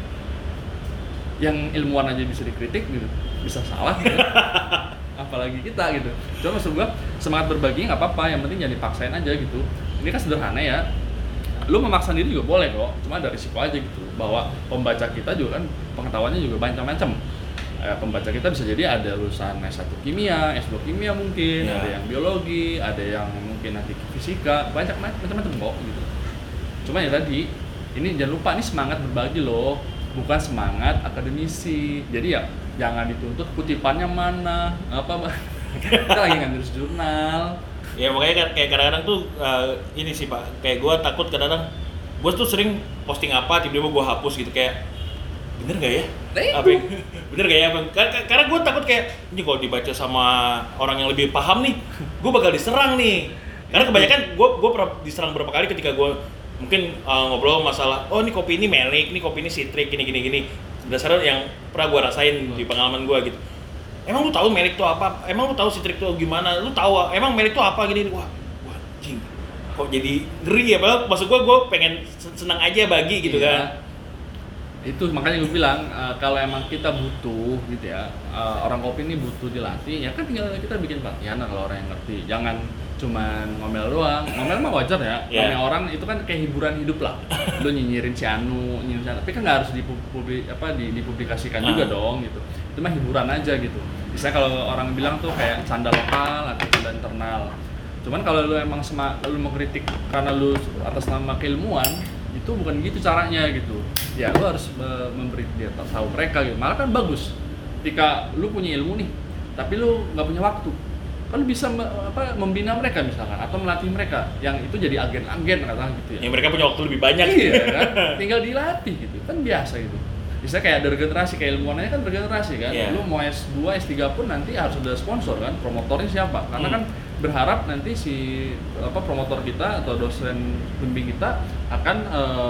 Yang ilmuwan aja bisa dikritik gitu, bisa salah gitu. Apalagi kita gitu. Cuma maksud gue semangat berbagi nggak apa-apa, yang penting jangan dipaksain aja gitu. Ini kan sederhana ya. Lu memaksa diri juga boleh kok, cuma ada risiko aja gitu. Bahwa pembaca kita juga kan pengetahuannya juga macam-macam. Pembaca kita bisa jadi ada lulusan S1 kimia, S2 kimia mungkin, ada yang biologi, ada yang mungkin nanti fisika, banyak macam-macam kok gitu. Cuma ya tadi, ini jangan lupa nih semangat berbagi loh, bukan semangat akademisi. Jadi ya jangan dituntut kutipannya mana, kita lagi ngambil jurnal. Ya makanya kan kayak kadang-kadang tuh ini sih Pak, kayak gue takut kadang-kadang gue tuh sering posting apa tiba-tiba gue hapus gitu, kayak bener gak ya? Bener gak ya bang? Karena gue takut kayak ini kalau dibaca sama orang yang lebih paham nih, gue bakal diserang nih. Karena kebanyakan gue pernah diserang berapa kali ketika gue mungkin ngobrol masalah, oh ini kopi ini melik, ini kopi ini citrik, gini. Berdasarkan yang pernah gue rasain di pengalaman gue gitu. Emang lu tahu melik itu apa? Emang lu tahu citrik itu gimana? Lu tahu emang melik itu apa gini? Wah anjing. Kok jadi ngeri ya? Maksud gue pengen senang aja bagi gitu kan. Itu makanya gue bilang kalau emang kita butuh gitu ya, orang kopi ini butuh dilatih, ya kan tinggal kita bikin pelatihan kalau orang yang ngerti. Jangan cuman ngomel doang. Ngomel mah wajar ya. Ngomel orang itu kan kayak hiburan hidup lah. Lu nyinyirin si Anu, tapi kan nggak harus dipublikasikan juga dong gitu. Itu mah hiburan aja gitu. Misalnya kalau orang bilang tuh kayak canda lokal atau canda internal. Cuman kalau lu emang lu mau kritik karena lu atas nama keilmuan, itu bukan gitu caranya gitu. Ya lu harus memberi dia tahu mereka gitu. Malah kan bagus ketika lu punya ilmu nih tapi lu nggak punya waktu, kan lu bisa membina mereka misalkan atau melatih mereka yang itu jadi agen-agen katakan gitu ya. Yang mereka punya waktu lebih banyak. Iya kan, tinggal dilatih gitu kan biasa gitu. Bisa kayak ada regenerasi, kayak ilmuannya kan regenerasi kan. Lu mau S2, S3 pun nanti harus ada sponsor kan, promotornya siapa? Karena kan berharap nanti si promotor kita atau dosen pembimbing kita akan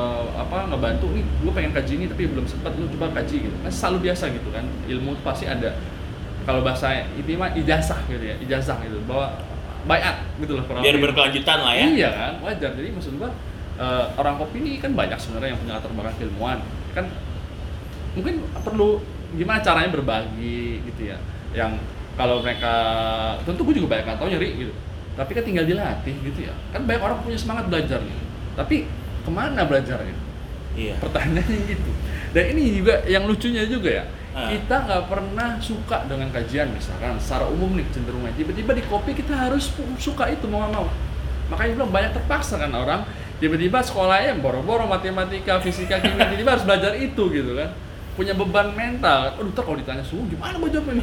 ngebantu nih, gue pengen kaji ini tapi belum sempat, lu coba kaji gitu kan, selalu biasa gitu kan. Ilmu itu pasti ada, kalau bahasa ini mah ijazah gitu ya, ijazah gitu bahwa bayat gitu loh, biar berkelanjutan lah ya. Iya kan, wajar. Jadi maksud gue orang kopi ini kan banyak sebenarnya yang punya latar belakang keilmuan kan, mungkin perlu gimana caranya berbagi gitu ya, yang kalau mereka, tentu gue juga banyak nggak tahu nyari gitu, tapi kan tinggal dilatih gitu ya. Kan banyak orang punya semangat belajar nih, tapi kemana belajarnya? Iya. Pertanyaannya gitu. Dan ini juga yang lucunya juga ya, kita nggak pernah suka dengan kajian misalkan secara umum nih cenderungnya. Tiba-tiba di kopi kita harus suka itu mau nggak mau. Makanya bilang banyak terpaksa kan orang, tiba-tiba sekolahnya boro-boro matematika, fisika, kimia, tiba-tiba harus belajar itu gitu kan. Punya beban mental. Aduh, ntar kalau ditanya suhu gimana gue jawabnya?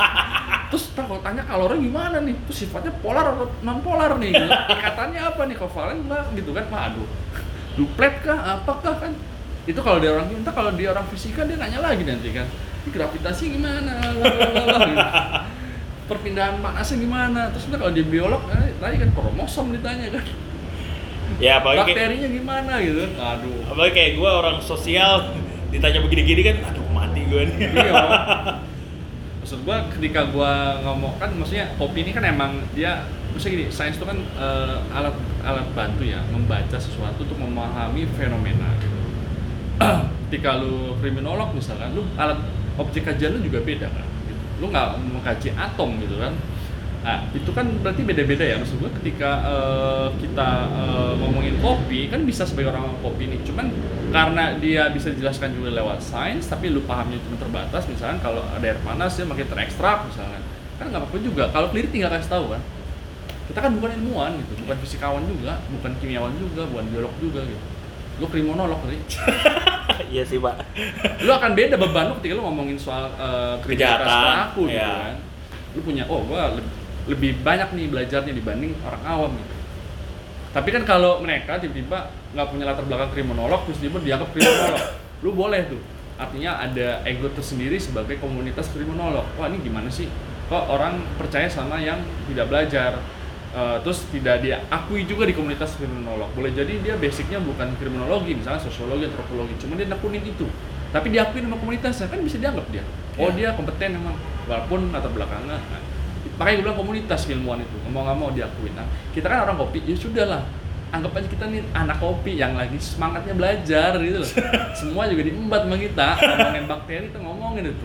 Terus ntar kalau tanya kalori gimana nih? Terus sifatnya polar atau non polar nih? Gitu. Ikatannya apa nih? Kovalen nggak gitu kan? Aduh, duplet kah? Apakah kan? Itu kalau dia orang kita, kalau dia orang fisika dia nanya lagi nanti kan. Ini gravitasi gimana? Gitu. perpindahan panasnya gimana? Terus ntar kalau di biolog, tadi kan kromosom ditanya kan. Ya apalagi Bakterinya gimana gitu. Aduh. apalagi kayak gue orang sosial ditanya begini-gini kan, aduh mati gue nih. Iya. Maksud gua ketika gua ngomong kan, maksudnya kopi ini kan emang dia, maksudnya gini, sains itu kan alat bantu ya, membaca sesuatu untuk memahami fenomena gitu. Ketika lu kriminolog misalkan, lu alat objek kajian lu juga beda kan gitu. Lu nggak mengkaji atom gitu kan. Nah, itu kan berarti beda-beda ya. Maksud gue ketika kita ngomongin kopi, kan bisa sebagai orang kopi nih. Cuman karena dia bisa dijelaskan juga lewat sains, tapi lu pahamnya cuma terbatas. Misalkan kalau ada air panas, dia makin terekstrak misalkan. Kan nggak apa-apa juga. Kalau clear tinggal kasih tahu kan. Kita kan bukan ilmuwan gitu, bukan fisikawan juga, bukan kimiawan juga, bukan biolog juga gitu. Lu kriminolog nih. Iya sih Pak. Lu akan beda beban lu ketika lu ngomongin soal kriminalitas Kejahatan, pelaku gitu iya. kan. Lu punya, gua lebih banyak nih belajarnya dibanding orang awam gitu. Tapi kan kalau mereka tiba-tiba nggak punya latar belakang kriminolog, terus tiba-tiba dianggap kriminolog, lu boleh tuh. Artinya ada ego tersendiri sebagai komunitas kriminolog. Wah ini gimana sih? Kok orang percaya sama yang tidak belajar? Terus tidak diakui juga di komunitas kriminolog. Boleh jadi dia basicnya bukan kriminologi, misalnya sosiologi, antropologi, cuma dia nekunin itu. Tapi diakui sama komunitasnya, kan bisa dianggap dia. Oh dia kompeten emang, walaupun latar belakangnya. Nah, makanya gue bilang komunitas ilmuwan itu, mau nggak mau diakuin. Nah, kita kan orang kopi, ya sudahlah. Anggap aja kita nih anak kopi yang lagi semangatnya belajar gitu loh. Semua juga diembat sama kita, ngomongin bakteri kita ngomongin itu.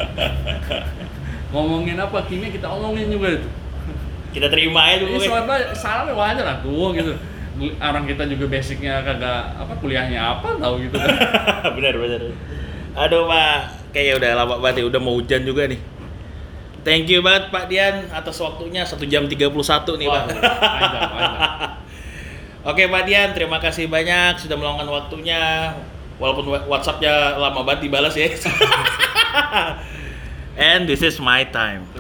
Ngomongin apa kimia kita omongin juga itu. Kita terima aja dulu. Ini soalnya salahnya wajar lah tuh gitu. Orang kita juga basicnya kagak kuliahnya apa tahu gitu kan. Bener. Aduh Pak, kayaknya udah lama banget ya, udah mau hujan juga nih. Thank you banget Pak Dian atas waktunya 1 jam 31 nih Pak. Panjang. Oke Pak Dian, terima kasih banyak sudah meluangkan waktunya. Walaupun WhatsApp-nya lama banget dibalas ya. And this is my time.